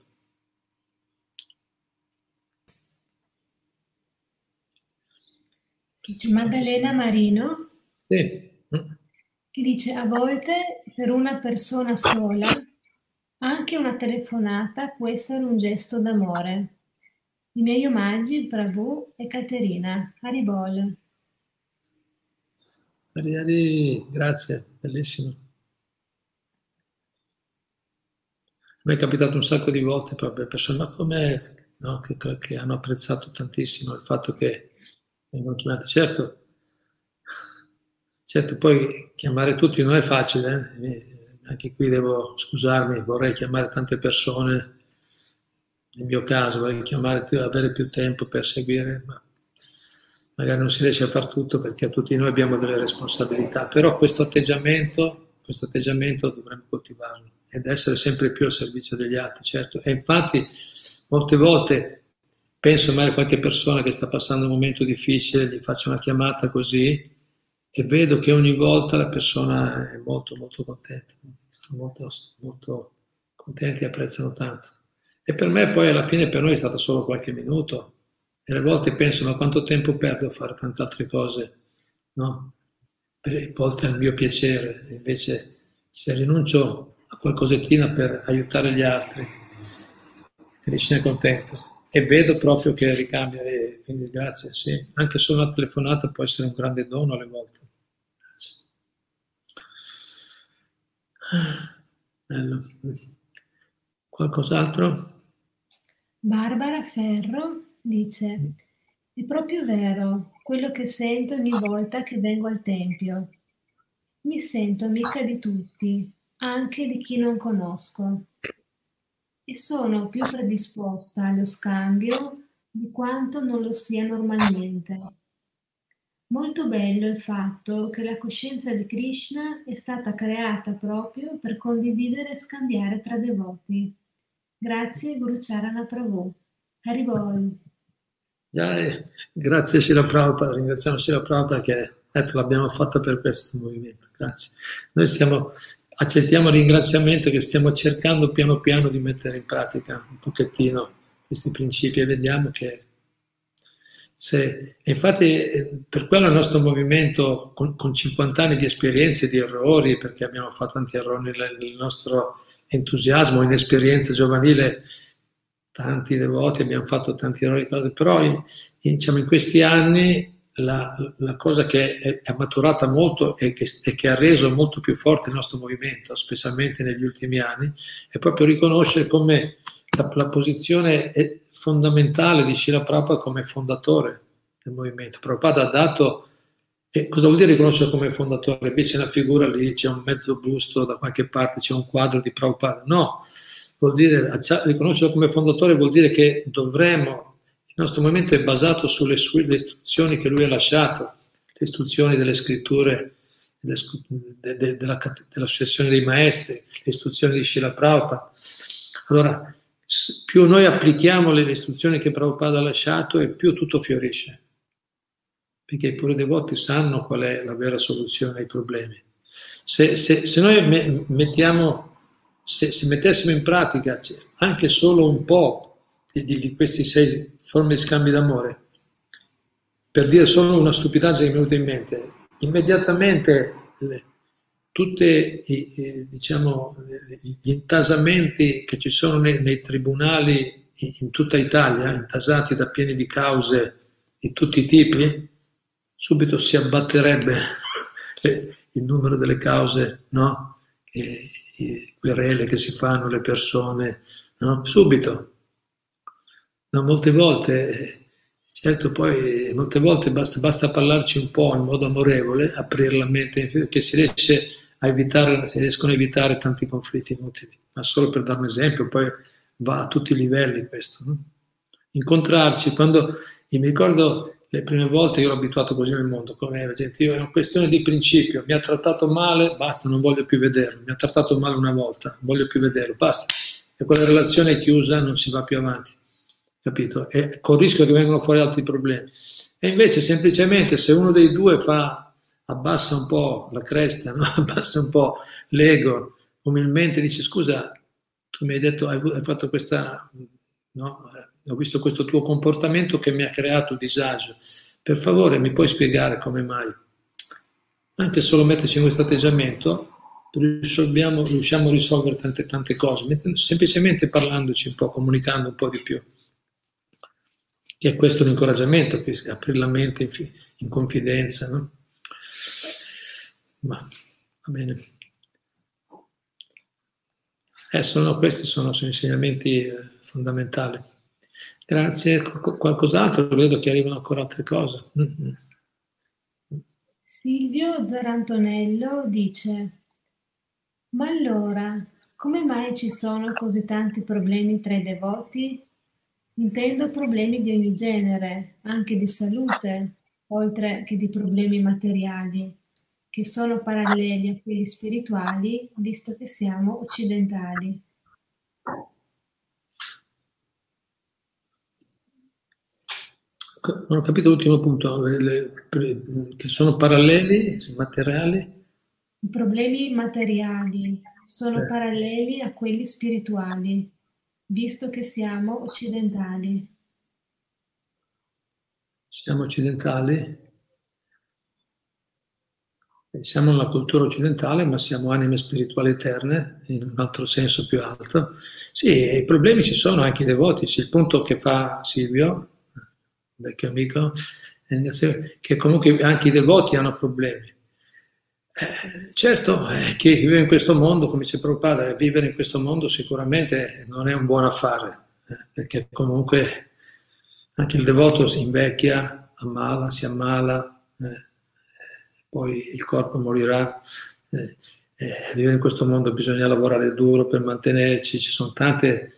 C'è Maddalena Marino Sì. che dice: a volte per una persona sola anche una telefonata può essere un gesto d'amore. I miei omaggi, Prabhu e Caterina. Haribol. Grazie, bellissimo. A me è capitato un sacco di volte proprio persone, ma come no, che hanno apprezzato tantissimo il fatto che vengono chiamati. Certo, poi chiamare tutti non è facile, anche qui devo scusarmi, vorrei chiamare tante persone, nel mio caso vorrei avere più tempo per seguire, ma magari non si riesce a far tutto perché tutti noi abbiamo delle responsabilità, però questo atteggiamento dovremmo coltivarlo ed essere sempre più al servizio degli altri, certo. E infatti molte volte penso magari a qualche persona che sta passando un momento difficile, gli faccio una chiamata così e vedo che ogni volta la persona è molto molto contenta, sono molto contenti e apprezzano tanto. E per me poi alla fine per noi è stato solo qualche minuto e alle volte penso ma quanto tempo perdo a fare tante altre cose, no? Per volte al mio piacere, invece se rinuncio a qualcosettina per aiutare gli altri, Krishna è contento. E vedo proprio che ricambia, e quindi grazie, sì. Anche solo una telefonata può essere un grande dono alle volte. Grazie. Bello. Qualcos'altro? Barbara Ferro dice: è proprio vero quello che sento ogni volta che vengo al tempio. Mi sento amica di tutti, anche di chi non conosco, e sono più predisposta allo scambio di quanto non lo sia normalmente. Molto bello il fatto che la coscienza di Krishna è stata creata proprio per condividere e scambiare tra devoti. Grazie Guru Charana Prabhu. Haribol. Già, grazie a Srila Prabhupada, ringraziamo Srila Prabhupada che ecco, l'abbiamo fatta per questo movimento, grazie. Noi accettiamo il ringraziamento che stiamo cercando piano piano di mettere in pratica un pochettino questi principi e vediamo che se, infatti per quello il nostro movimento con 50 anni di esperienze, di errori, perché abbiamo fatto tanti errori nel nostro entusiasmo, inesperienza giovanile, tanti devoti, abbiamo fatto tanti errori, cose, però diciamo, in questi anni la cosa che è maturata molto e che ha reso molto più forte il nostro movimento, specialmente negli ultimi anni, è proprio riconoscere come la posizione fondamentale di Srila Prabhupada come fondatore del movimento. Prabhupada ha dato, e cosa vuol dire riconoscere come fondatore? Invece una figura lì, c'è un mezzo busto da qualche parte, c'è un quadro di Prabhupada. No, vuol dire, riconoscerlo come fondatore vuol dire che il nostro movimento è basato sulle le istruzioni che lui ha lasciato, le istruzioni delle scritture dell'associazione dei maestri, le istruzioni di Srila Prabhupada. Allora, più noi applichiamo le istruzioni che Prabhupada ha lasciato e più tutto fiorisce, perché i puri devoti sanno qual è la vera soluzione ai problemi. Se noi se mettessimo in pratica anche solo un po' di questi 6 forme di scambi d'amore, per dire solo una stupidaggine che mi è venuta in mente, immediatamente tutti diciamo, gli intasamenti che ci sono nei tribunali in tutta Italia, intasati da pieni di cause di tutti i tipi, subito si abbatterebbe il numero delle cause, no? Querele che si fanno le persone, no? Subito. No, molte volte, certo, poi molte volte basta parlarci un po' in modo amorevole, aprire la mente, che si riescono a evitare tanti conflitti inutili. Ma solo per dare un esempio, poi va a tutti i livelli questo. No? Incontrarci, quando io mi ricordo le prime volte io ero abituato così nel mondo, come la gente, io è una questione di principio, mi ha trattato male, basta, non voglio più vederlo, mi ha trattato male una volta, non voglio più vederlo, basta, e quella relazione è chiusa, non si va più avanti, capito? E con il rischio che vengano fuori altri problemi. E invece semplicemente se uno dei due abbassa un po' la cresta, no? Abbassa un po' l'ego, umilmente dice scusa, tu mi hai detto, hai fatto questa, no? Ho visto questo tuo comportamento che mi ha creato disagio. Per favore, mi puoi spiegare come mai? Anche solo metterci in questo atteggiamento, riusciamo a risolvere tante cose, semplicemente parlandoci un po', comunicando un po' di più. E è questo l'incoraggiamento, aprire la mente in confidenza. No? Ma va bene. Questi sono insegnamenti fondamentali. Grazie. Qualcos'altro? Vedo che arrivano ancora altre cose. Mm-hmm. Silvio Zarantonello dice: ma allora, come mai ci sono così tanti problemi tra i devoti? Intendo problemi di ogni genere, anche di salute, oltre che di problemi materiali, che sono paralleli a quelli spirituali, visto che siamo occidentali. Non ho capito l'ultimo punto, che sono paralleli, materiali? I problemi materiali sono paralleli a quelli spirituali, visto che siamo occidentali. Siamo occidentali? Siamo nella cultura occidentale, ma siamo anime spirituali eterne, in un altro senso più alto. Sì, i problemi ci sono anche i devoti. Sì, il punto che fa Silvio, vecchio amico, che comunque anche i devoti hanno problemi. Certo, chi vive in questo mondo, come dice Prabhupada, vivere in questo mondo sicuramente non è un buon affare, perché comunque anche il devoto si invecchia, si ammala, poi il corpo morirà. Vivere in questo mondo bisogna lavorare duro per mantenerci, ci sono tante,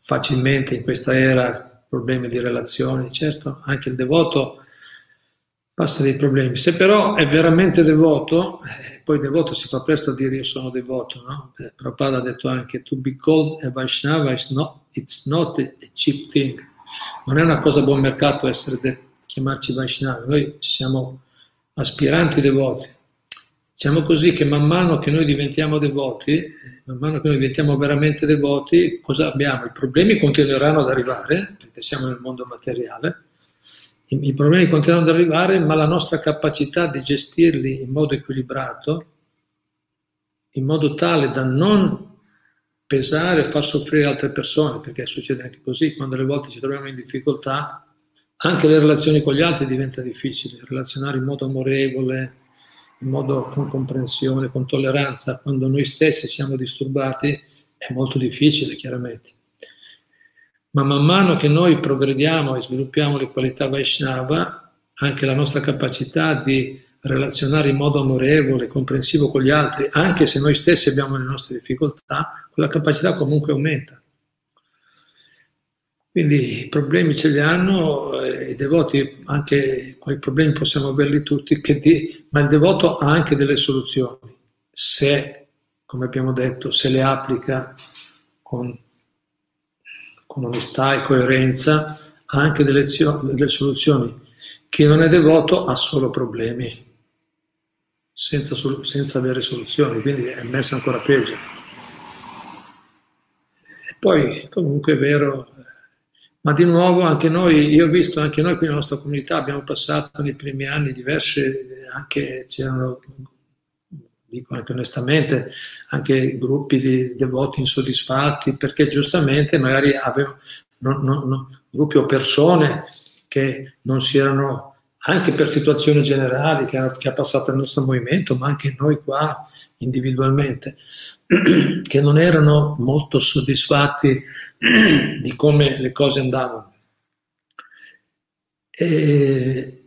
facilmente in questa era, problemi di relazioni. Certo, anche il devoto passa dei problemi. Se però è veramente devoto, poi devoto si fa presto a dire io sono devoto, no? Prabhupada ha detto anche to be called a Vaishnava it's not a cheap thing. Non è una cosa a buon mercato chiamarci Vaishnava, noi siamo aspiranti devoti. Diciamo così che man mano che noi diventiamo devoti, man mano che noi diventiamo veramente devoti, cosa abbiamo? I problemi continueranno ad arrivare, perché siamo nel mondo materiale, i problemi continuano ad arrivare, ma la nostra capacità di gestirli in modo equilibrato, in modo tale da non pesare e far soffrire altre persone, perché succede anche così, quando alle volte ci troviamo in difficoltà, anche le relazioni con gli altri diventa difficile, relazionare in modo amorevole, in modo con comprensione, con tolleranza, quando noi stessi siamo disturbati, è molto difficile, chiaramente. Ma man mano che noi progrediamo e sviluppiamo le qualità Vaishnava, anche la nostra capacità di relazionare in modo amorevole, comprensivo con gli altri, anche se noi stessi abbiamo le nostre difficoltà, quella capacità comunque aumenta. Quindi i problemi ce li hanno, i devoti anche quei problemi possiamo averli tutti, ma il devoto ha anche delle soluzioni, se, come abbiamo detto, se le applica con onestà e coerenza, ha anche delle soluzioni. Chi non è devoto ha solo problemi, senza avere soluzioni, quindi è messo ancora peggio. E poi comunque è vero, ma di nuovo anche noi, io ho visto anche noi qui nella nostra comunità, abbiamo passato nei primi anni diverse, anche c'erano, dico anche onestamente, anche gruppi di devoti insoddisfatti, perché giustamente magari avevano gruppi o persone che non si erano, anche per situazioni generali che ha passato il nostro movimento, ma anche noi qua individualmente, che non erano molto soddisfatti di come le cose andavano. E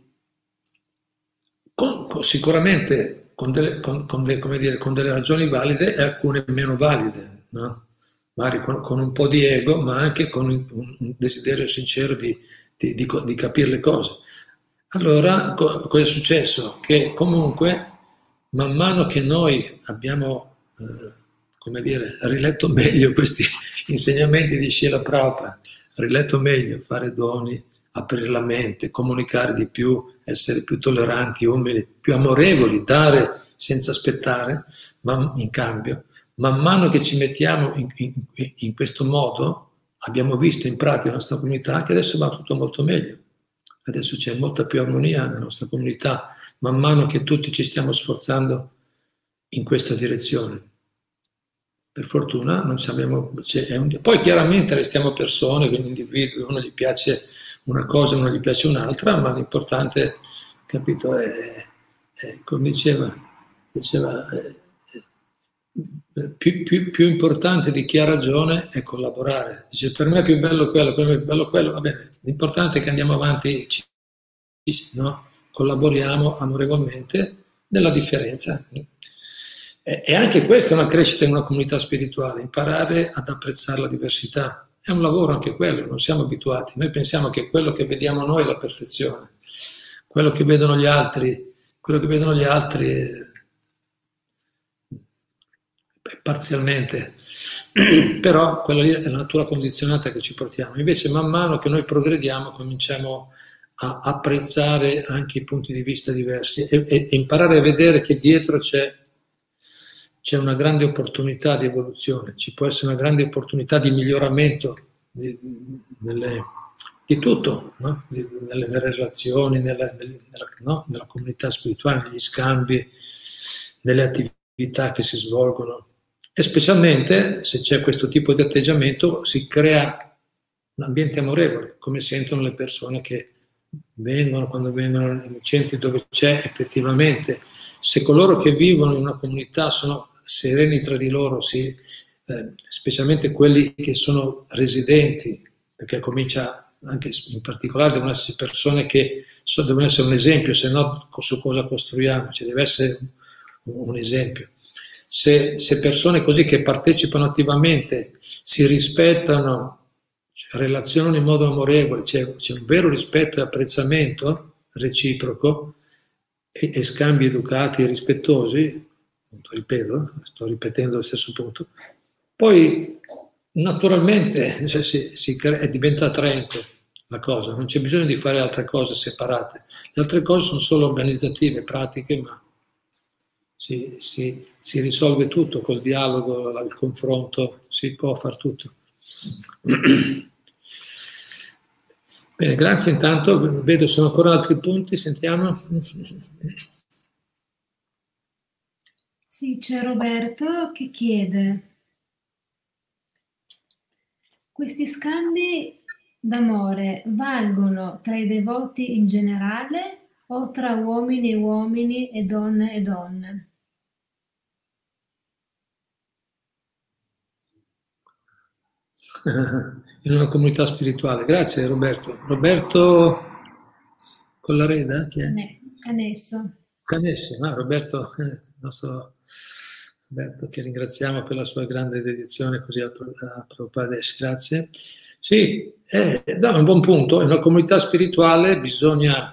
sicuramente con delle ragioni valide e alcune meno valide, no? Magari con un po' di ego, ma anche con un desiderio sincero di capire le cose. Allora, cosa è successo? Che comunque, man mano che noi abbiamo, riletto meglio questi insegnamenti di Srila Prabhupada, riletto meglio, fare doni, aprire la mente, comunicare di più, essere più tolleranti, umili, più amorevoli, dare senza aspettare, ma in cambio, man mano che ci mettiamo in questo modo, abbiamo visto in pratica la nostra comunità che adesso va tutto molto meglio. Adesso c'è molta più armonia nella nostra comunità, man mano che tutti ci stiamo sforzando in questa direzione. Per fortuna non abbiamo, poi chiaramente restiamo persone, quindi individui, uno gli piace una cosa, uno gli piace un'altra, ma l'importante, capito, è come diceva più importante di chi ha ragione è collaborare. Dice, per me è più bello quello, per me è più bello quello, va bene, l'importante è che andiamo avanti, no? Collaboriamo amorevolmente nella differenza. E anche questa è una crescita in una comunità spirituale, imparare ad apprezzare la diversità. È un lavoro anche quello, non siamo abituati. Noi pensiamo che quello che vediamo noi è la perfezione, quello che vedono gli altri parzialmente, però quella lì è la natura condizionata che ci portiamo. Invece man mano che noi progrediamo cominciamo a apprezzare anche i punti di vista diversi e imparare a vedere che dietro c'è una grande opportunità di evoluzione, ci può essere una grande opportunità di miglioramento di tutto, no? Nelle relazioni, nella comunità spirituale, negli scambi, nelle attività che si svolgono. E specialmente se c'è questo tipo di atteggiamento si crea un ambiente amorevole, come sentono le persone che vengono, quando vengono nei centri dove c'è effettivamente, se coloro che vivono in una comunità sono sereni tra di loro, specialmente quelli che sono residenti, perché comincia anche in particolare, devono essere persone che devono essere un esempio, se no su cosa costruiamo, ci deve essere un esempio. Se persone così che partecipano attivamente si rispettano, relazionano in modo amorevole, c'è un vero rispetto e apprezzamento reciproco, e scambi educati e rispettosi, ripeto, sto ripetendo lo stesso punto, poi naturalmente diventa attraente la cosa, non c'è bisogno di fare altre cose separate, le altre cose sono solo organizzative, pratiche, ma si risolve tutto col dialogo, il confronto, si può far tutto. Bene, grazie intanto, vedo sono ancora altri punti, sentiamo. Sì, c'è Roberto che chiede: questi scambi d'amore valgono tra i devoti in generale o tra uomini e donne e donne? In una comunità spirituale. Grazie Roberto. Roberto Collareda? Chi è? Canesso. Canesso, Roberto, il nostro Roberto, che ringraziamo per la sua grande dedizione così a Prabhupada. Grazie. Sì, è un buon punto. In una comunità spirituale bisogna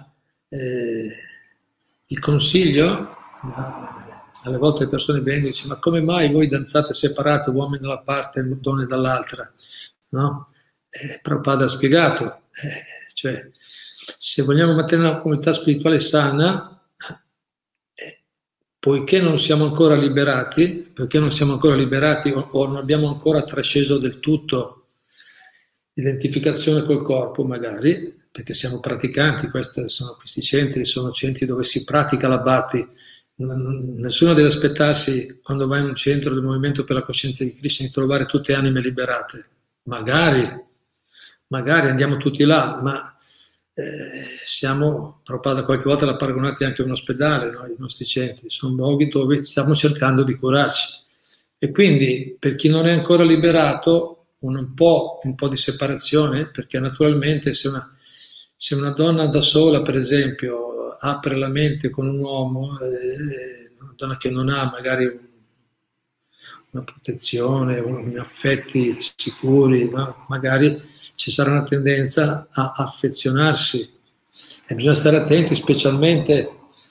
il consiglio. Alle volte le persone vengono e dicono: ma come mai voi danzate separate, uomini da una parte e donne dall'altra? No? Prabhupada ha spiegato, cioè, se vogliamo mantenere una comunità spirituale sana, poiché non siamo ancora liberati o non abbiamo ancora trasceso del tutto l'identificazione col corpo, magari, perché siamo praticanti, questi centri, sono centri dove si pratica la bhakti. Nessuno deve aspettarsi, quando va in un centro del movimento per la coscienza di Krishna, di trovare tutte anime liberate. Magari andiamo tutti là, ma Prabhupada qualche volta l'ha paragonati anche a un ospedale, no? I nostri centri sono luoghi dove stiamo cercando di curarci. E quindi per chi non è ancora liberato, un po' di separazione, perché naturalmente se una donna da sola, per esempio, apre la mente con un uomo, una donna che non ha magari una protezione, affetti sicuri, no? Magari ci sarà una tendenza a affezionarsi e bisogna stare attenti, specialmente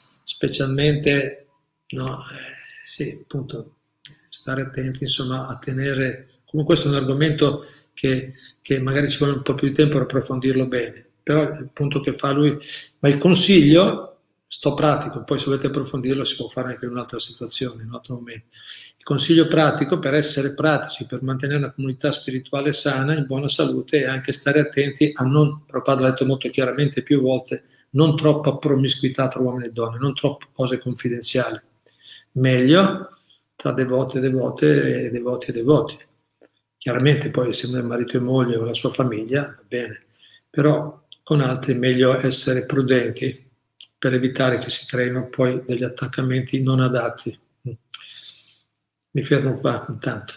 no, sì, appunto, stare attenti, insomma, a tenere. Comunque questo è un argomento che magari ci vuole un po' più di tempo per approfondirlo bene, però il punto che fa lui, ma il consiglio, sto pratico, poi se volete approfondirlo si può fare anche in un'altra situazione, in un altro momento. Il consiglio pratico per essere pratici, per mantenere una comunità spirituale sana, in buona salute, è anche stare attenti a non, Prabhupada l'ha detto molto chiaramente più volte, non troppa promiscuità tra uomini e donne, non troppe cose confidenziali. Meglio tra devote e devote e devoti e devoti. Chiaramente poi se uno è marito e moglie o la sua famiglia, va bene, però con altri è meglio essere prudenti per evitare che si creino poi degli attaccamenti non adatti. Mi fermo qua intanto.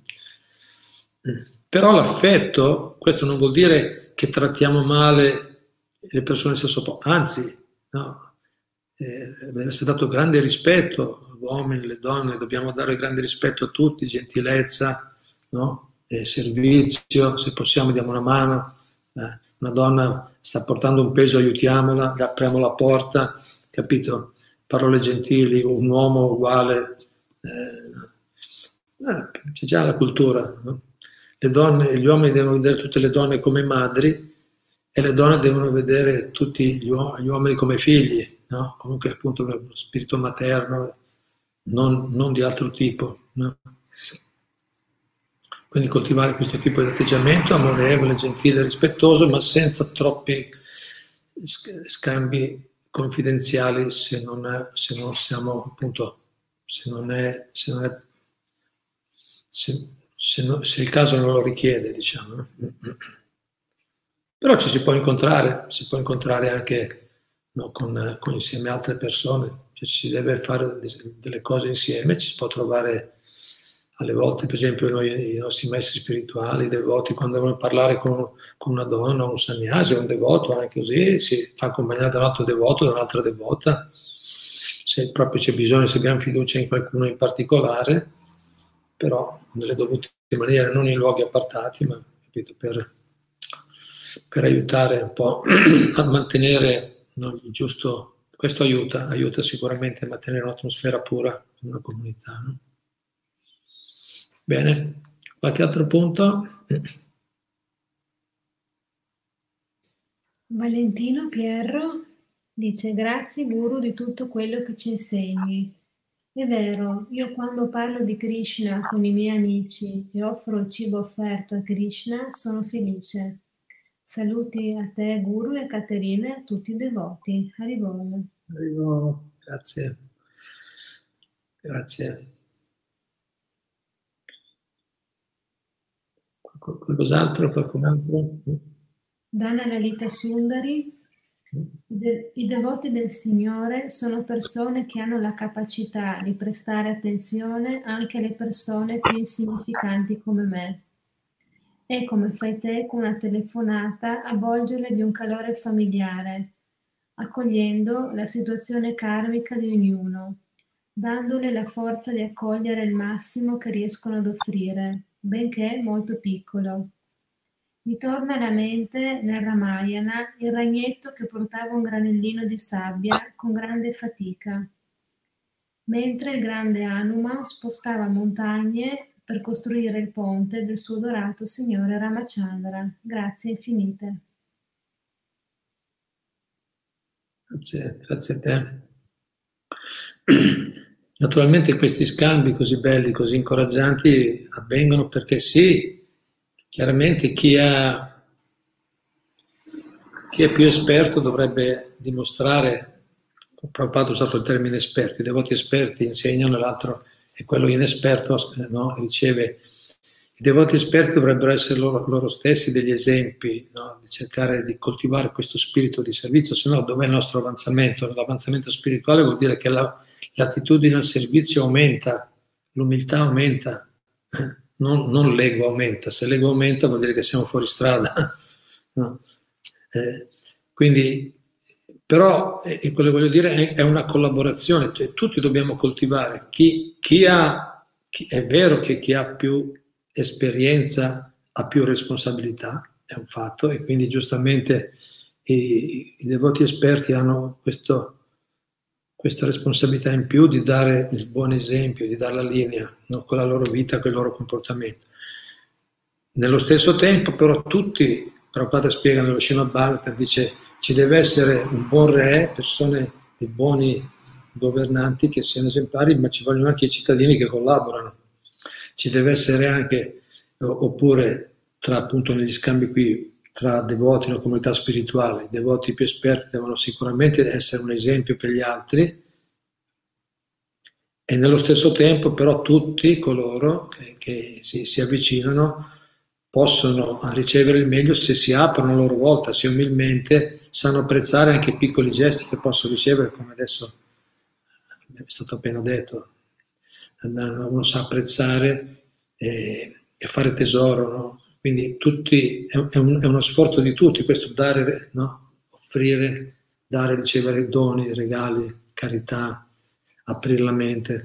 Però l'affetto, questo non vuol dire che trattiamo male le persone del stesso posto, anzi, no, deve essere dato grande rispetto agli uomini, alle donne, dobbiamo dare grande rispetto a tutti, gentilezza, no? Servizio, se possiamo diamo una mano, una donna sta portando un peso, aiutiamola, apriamo la porta, capito? Parole gentili, un uomo uguale, c'è già la cultura, no? Le donne, gli uomini devono vedere tutte le donne come madri e le donne devono vedere tutti gli uomini come figli, no? Comunque appunto uno spirito materno, non di altro tipo, no? Quindi coltivare questo tipo di atteggiamento amorevole, gentile, rispettoso, ma senza troppi scambi confidenziali se non siamo appunto, se il caso non lo richiede, diciamo. Però ci si può incontrare anche, no, con insieme a altre persone, cioè ci si deve fare delle cose insieme, ci si può trovare alle volte, per esempio noi, i nostri maestri spirituali, i devoti, quando devono parlare con una donna, un sannyasi, un devoto, anche così, si fa accompagnare da un altro devoto, da un'altra devota, se proprio c'è bisogno, se abbiamo fiducia in qualcuno in particolare, però nelle dovute maniere, non in luoghi appartati, ma capito, per aiutare un po' a mantenere, no, il giusto questo aiuta sicuramente a mantenere un'atmosfera pura in una comunità. No? Bene, qualche altro punto? Valentino Pierro dice: grazie Guru di tutto quello che ci insegni. È vero, io quando parlo di Krishna con i miei amici e offro il cibo offerto a Krishna sono felice. Saluti a te Guru e a Caterina e a tutti i devoti. Haribol. Grazie. Grazie. Qualcos'altro? Qualcun altro? Dana Lalita Sundari. I devoti del Signore sono persone che hanno la capacità di prestare attenzione anche alle persone più insignificanti come me. E come fai te con una telefonata avvolgerle di un calore familiare, accogliendo la situazione karmica di ognuno, dandole la forza di accogliere il massimo che riescono ad offrire, benché molto piccolo. Mi torna alla mente nel Ramayana il ragnetto che portava un granellino di sabbia con grande fatica, mentre il grande Hanuma spostava montagne per costruire il ponte del suo adorato signore Ramachandra. Grazie infinite. Grazie a te. Naturalmente questi scambi così belli, così incoraggianti avvengono perché sì, chiaramente chi è più esperto dovrebbe dimostrare, Prabhupada ha usato il termine esperti, i devoti esperti insegnano, l'altro è quello inesperto, no? Riceve. I devoti esperti dovrebbero essere loro stessi degli esempi, no? Di cercare di coltivare questo spirito di servizio, se no dov'è il nostro avanzamento? L'avanzamento spirituale vuol dire che l'attitudine al servizio aumenta, l'umiltà aumenta, non l'ego aumenta. Se l'ego aumenta vuol dire che siamo fuori strada. No? Quindi, però, quello che voglio dire è una collaborazione, cioè, tutti dobbiamo coltivare. È vero che chi ha più esperienza ha più responsabilità, è un fatto, e quindi giustamente i devoti esperti hanno questa responsabilità in più di dare il buon esempio, di dare la linea, no? Con la loro vita, con il loro comportamento. Nello stesso tempo, però, tutti, Prabhupada spiega nello Srimad Bhagavatam, dice ci deve essere un buon re, persone di buoni governanti che siano esemplari, ma ci vogliono anche i cittadini che collaborano. Ci deve essere anche, oppure tra appunto negli scambi qui, tra devoti in una comunità spirituale, i devoti più esperti devono sicuramente essere un esempio per gli altri, e nello stesso tempo però tutti coloro che si avvicinano possono ricevere il meglio se si aprono a loro volta, se umilmente sanno apprezzare anche i piccoli gesti che possono ricevere, come adesso è stato appena detto. Uno sa apprezzare e fare tesoro, no? Quindi è uno sforzo di tutti, questo dare, no? Offrire, dare, ricevere doni, regali, carità, aprire la mente.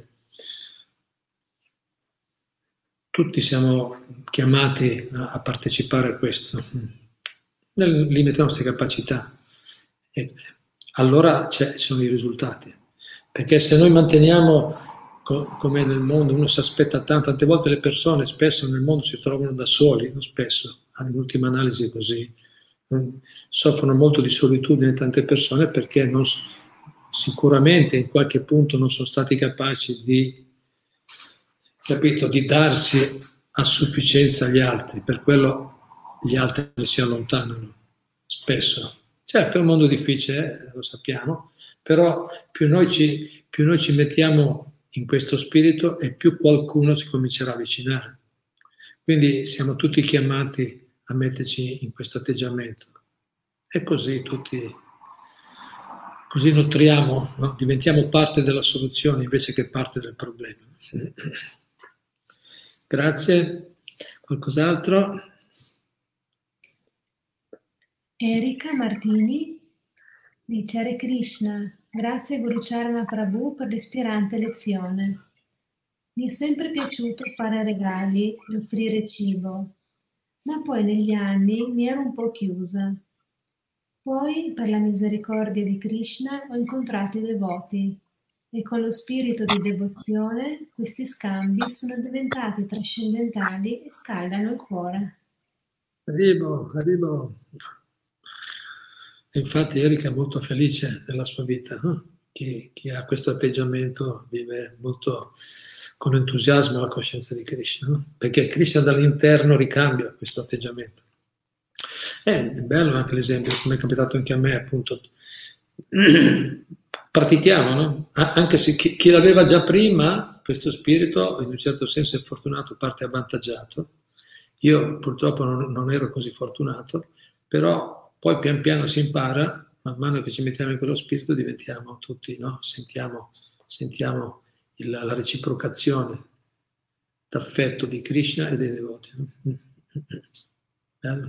Tutti siamo chiamati a partecipare a questo, nel limite delle nostre capacità. E allora ci sono i risultati. Perché se noi manteniamo, come nel mondo, uno si aspetta tanto, tante volte le persone spesso nel mondo si trovano da soli, non spesso, in ultima analisi è così, soffrono molto di solitudine tante persone perché sicuramente in qualche punto non sono stati capaci di darsi a sufficienza agli altri, per quello gli altri si allontanano spesso. Certo è un mondo difficile, lo sappiamo, però più noi ci mettiamo in questo spirito e più qualcuno si comincerà a avvicinare. Quindi siamo tutti chiamati a metterci in questo atteggiamento. E così così nutriamo, no? Diventiamo parte della soluzione invece che parte del problema. Grazie. Qualcos'altro? Erika Martini dice: Hare Krishna, grazie Guru Charana Prabhu per l'ispirante lezione. Mi è sempre piaciuto fare regali e offrire cibo, ma poi negli anni mi ero un po' chiusa. Poi, per la misericordia di Krishna, ho incontrato i devoti e con lo spirito di devozione questi scambi sono diventati trascendentali e scaldano il cuore. Arrivo, arrivo. Infatti Erika è molto felice della sua vita, no? Chi ha questo atteggiamento vive molto con entusiasmo la coscienza di Krishna, no? Perché Krishna dall'interno ricambia questo atteggiamento. È bello anche l'esempio, come è capitato anche a me, appunto. Pratichiamo, no? Anche se chi l'aveva già prima, questo spirito in un certo senso è fortunato, parte avvantaggiato. Io purtroppo non ero così fortunato, però poi pian piano si impara, man mano che ci mettiamo in quello spirito diventiamo tutti, no? Sentiamo la reciprocazione d'affetto di Krishna e dei devoti. No? Bello.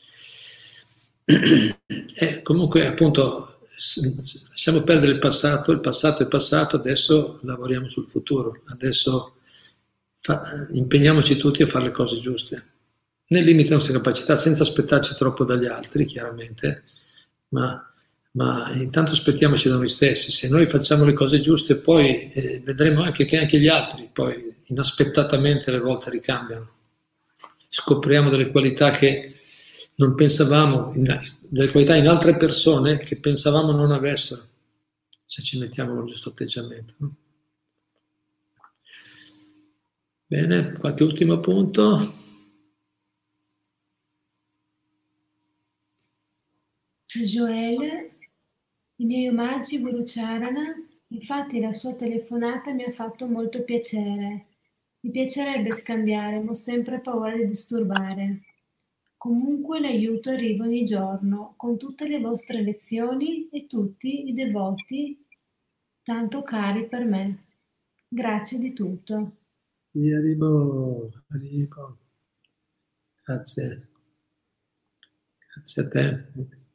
Comunque appunto lasciamo perdere il passato è passato, adesso lavoriamo sul futuro, adesso impegniamoci tutti a fare le cose giuste, nel limite delle nostre capacità, senza aspettarci troppo dagli altri, chiaramente, ma intanto aspettiamoci da noi stessi. Se noi facciamo le cose giuste, poi vedremo anche che anche gli altri poi inaspettatamente alle volte ricambiano. Scopriamo delle qualità che non pensavamo, delle qualità in altre persone che pensavamo non avessero, se ci mettiamo con il giusto atteggiamento. Bene, qualche ultimo punto? Joel, i miei omaggi Guru Charana, infatti la sua telefonata mi ha fatto molto piacere. Mi piacerebbe scambiare, ma ho sempre paura di disturbare. Comunque l'aiuto arriva ogni giorno, con tutte le vostre lezioni e tutti i devoti tanto cari per me. Grazie di tutto. Arrivo. Grazie. Grazie a te.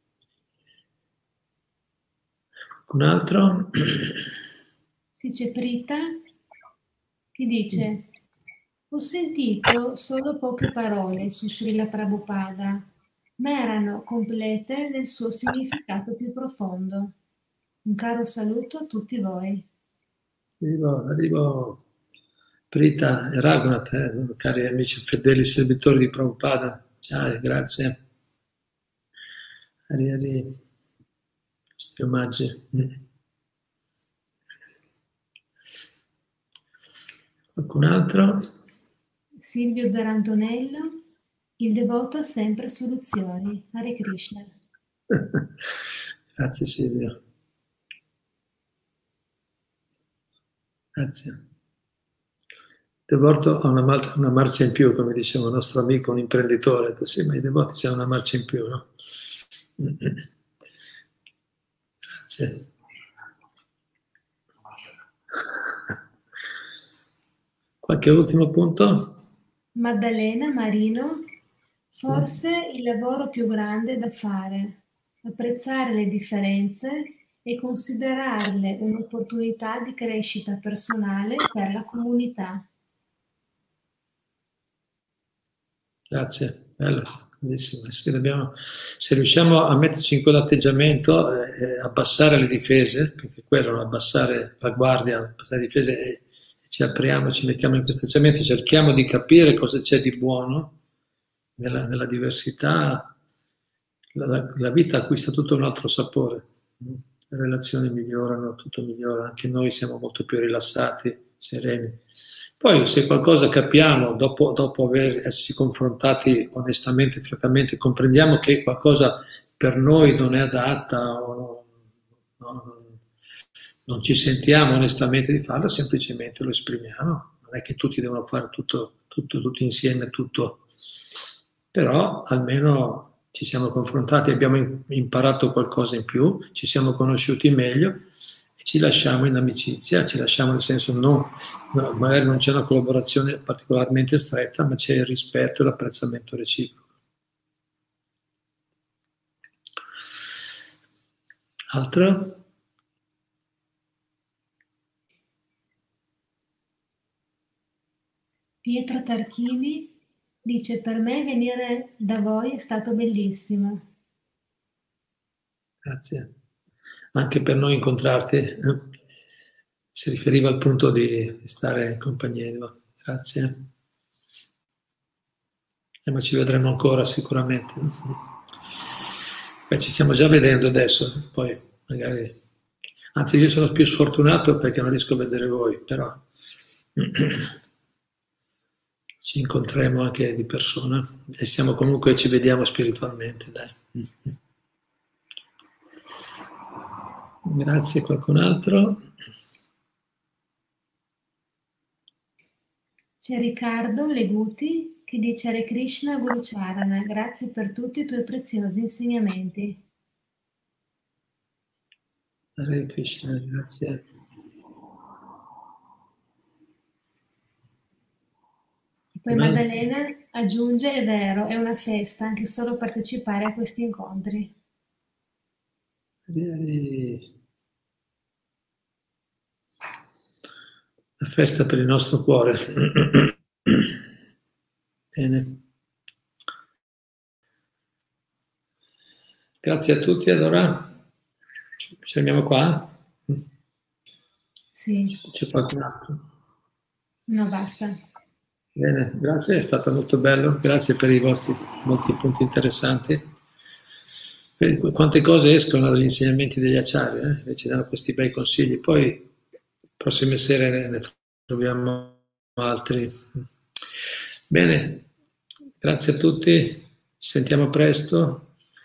Un altro? Si c'è Prita che dice: ho sentito solo poche parole su Srila Prabhupada, ma erano complete nel suo significato più profondo. Un caro saluto a tutti voi. Arrivo. Prita e Raghunath, cari amici fedeli servitori di Prabhupada. Grazie. Hari, questi omaggi. Qualcun altro? Silvio Zarantonello, il devoto ha sempre soluzioni. Hare Krishna. Grazie Silvio. Grazie. Devoto ha una marcia in più, come diceva un nostro amico, un imprenditore. Sì, ma i devoti c'è una marcia in più, no? Grazie. Qualche ultimo punto? Maddalena Marino, forse il lavoro più grande da fare, apprezzare le differenze e considerarle un'opportunità di crescita personale per la comunità. Grazie, bello, bellissimo. Se riusciamo a metterci in quell'atteggiamento, abbassare le difese, perché quello, abbassare la guardia, abbassare le difese, e ci apriamo, ci mettiamo in questo atteggiamento, cerchiamo di capire cosa c'è di buono nella diversità, la vita acquista tutto un altro sapore, le relazioni migliorano, tutto migliora, anche noi siamo molto più rilassati, sereni. Poi se qualcosa capiamo, dopo esserci confrontati onestamente, francamente, comprendiamo che qualcosa per noi non è adatta o non ci sentiamo onestamente di farlo, semplicemente lo esprimiamo. Non è che tutti devono fare tutti insieme, tutto. Però almeno ci siamo confrontati, abbiamo imparato qualcosa in più, ci siamo conosciuti meglio e ci lasciamo in amicizia, ci lasciamo nel senso no, magari non c'è una collaborazione particolarmente stretta, ma c'è il rispetto e l'apprezzamento reciproco. Altro? Pietro Tarchini dice: per me venire da voi è stato bellissimo. Grazie. Anche per noi incontrarti si riferiva al punto di stare in compagnia. Grazie. Ma ci vedremo ancora sicuramente. Beh, ci stiamo già vedendo adesso, poi magari... Anzi, io sono più sfortunato perché non riesco a vedere voi, però ci incontreremo anche di persona e siamo comunque, ci vediamo spiritualmente, dai. Grazie, qualcun altro? C'è Riccardo Leguti che dice Hare Krishna Guru Charana, grazie per tutti i tuoi preziosi insegnamenti. Hare Krishna, grazie. E poi Maddalena aggiunge, è vero, è una festa anche solo partecipare a questi incontri. La festa per il nostro cuore. Bene. Grazie a tutti, allora ci fermiamo qua? Sì. C'è qualcun altro? No, basta. Bene, grazie, è stato molto bello, grazie per i vostri molti punti interessanti. Quante cose escono dagli insegnamenti degli acciari, e ci danno questi bei consigli. Poi, prossime sere ne troviamo altri. Bene, grazie a tutti, ci sentiamo presto.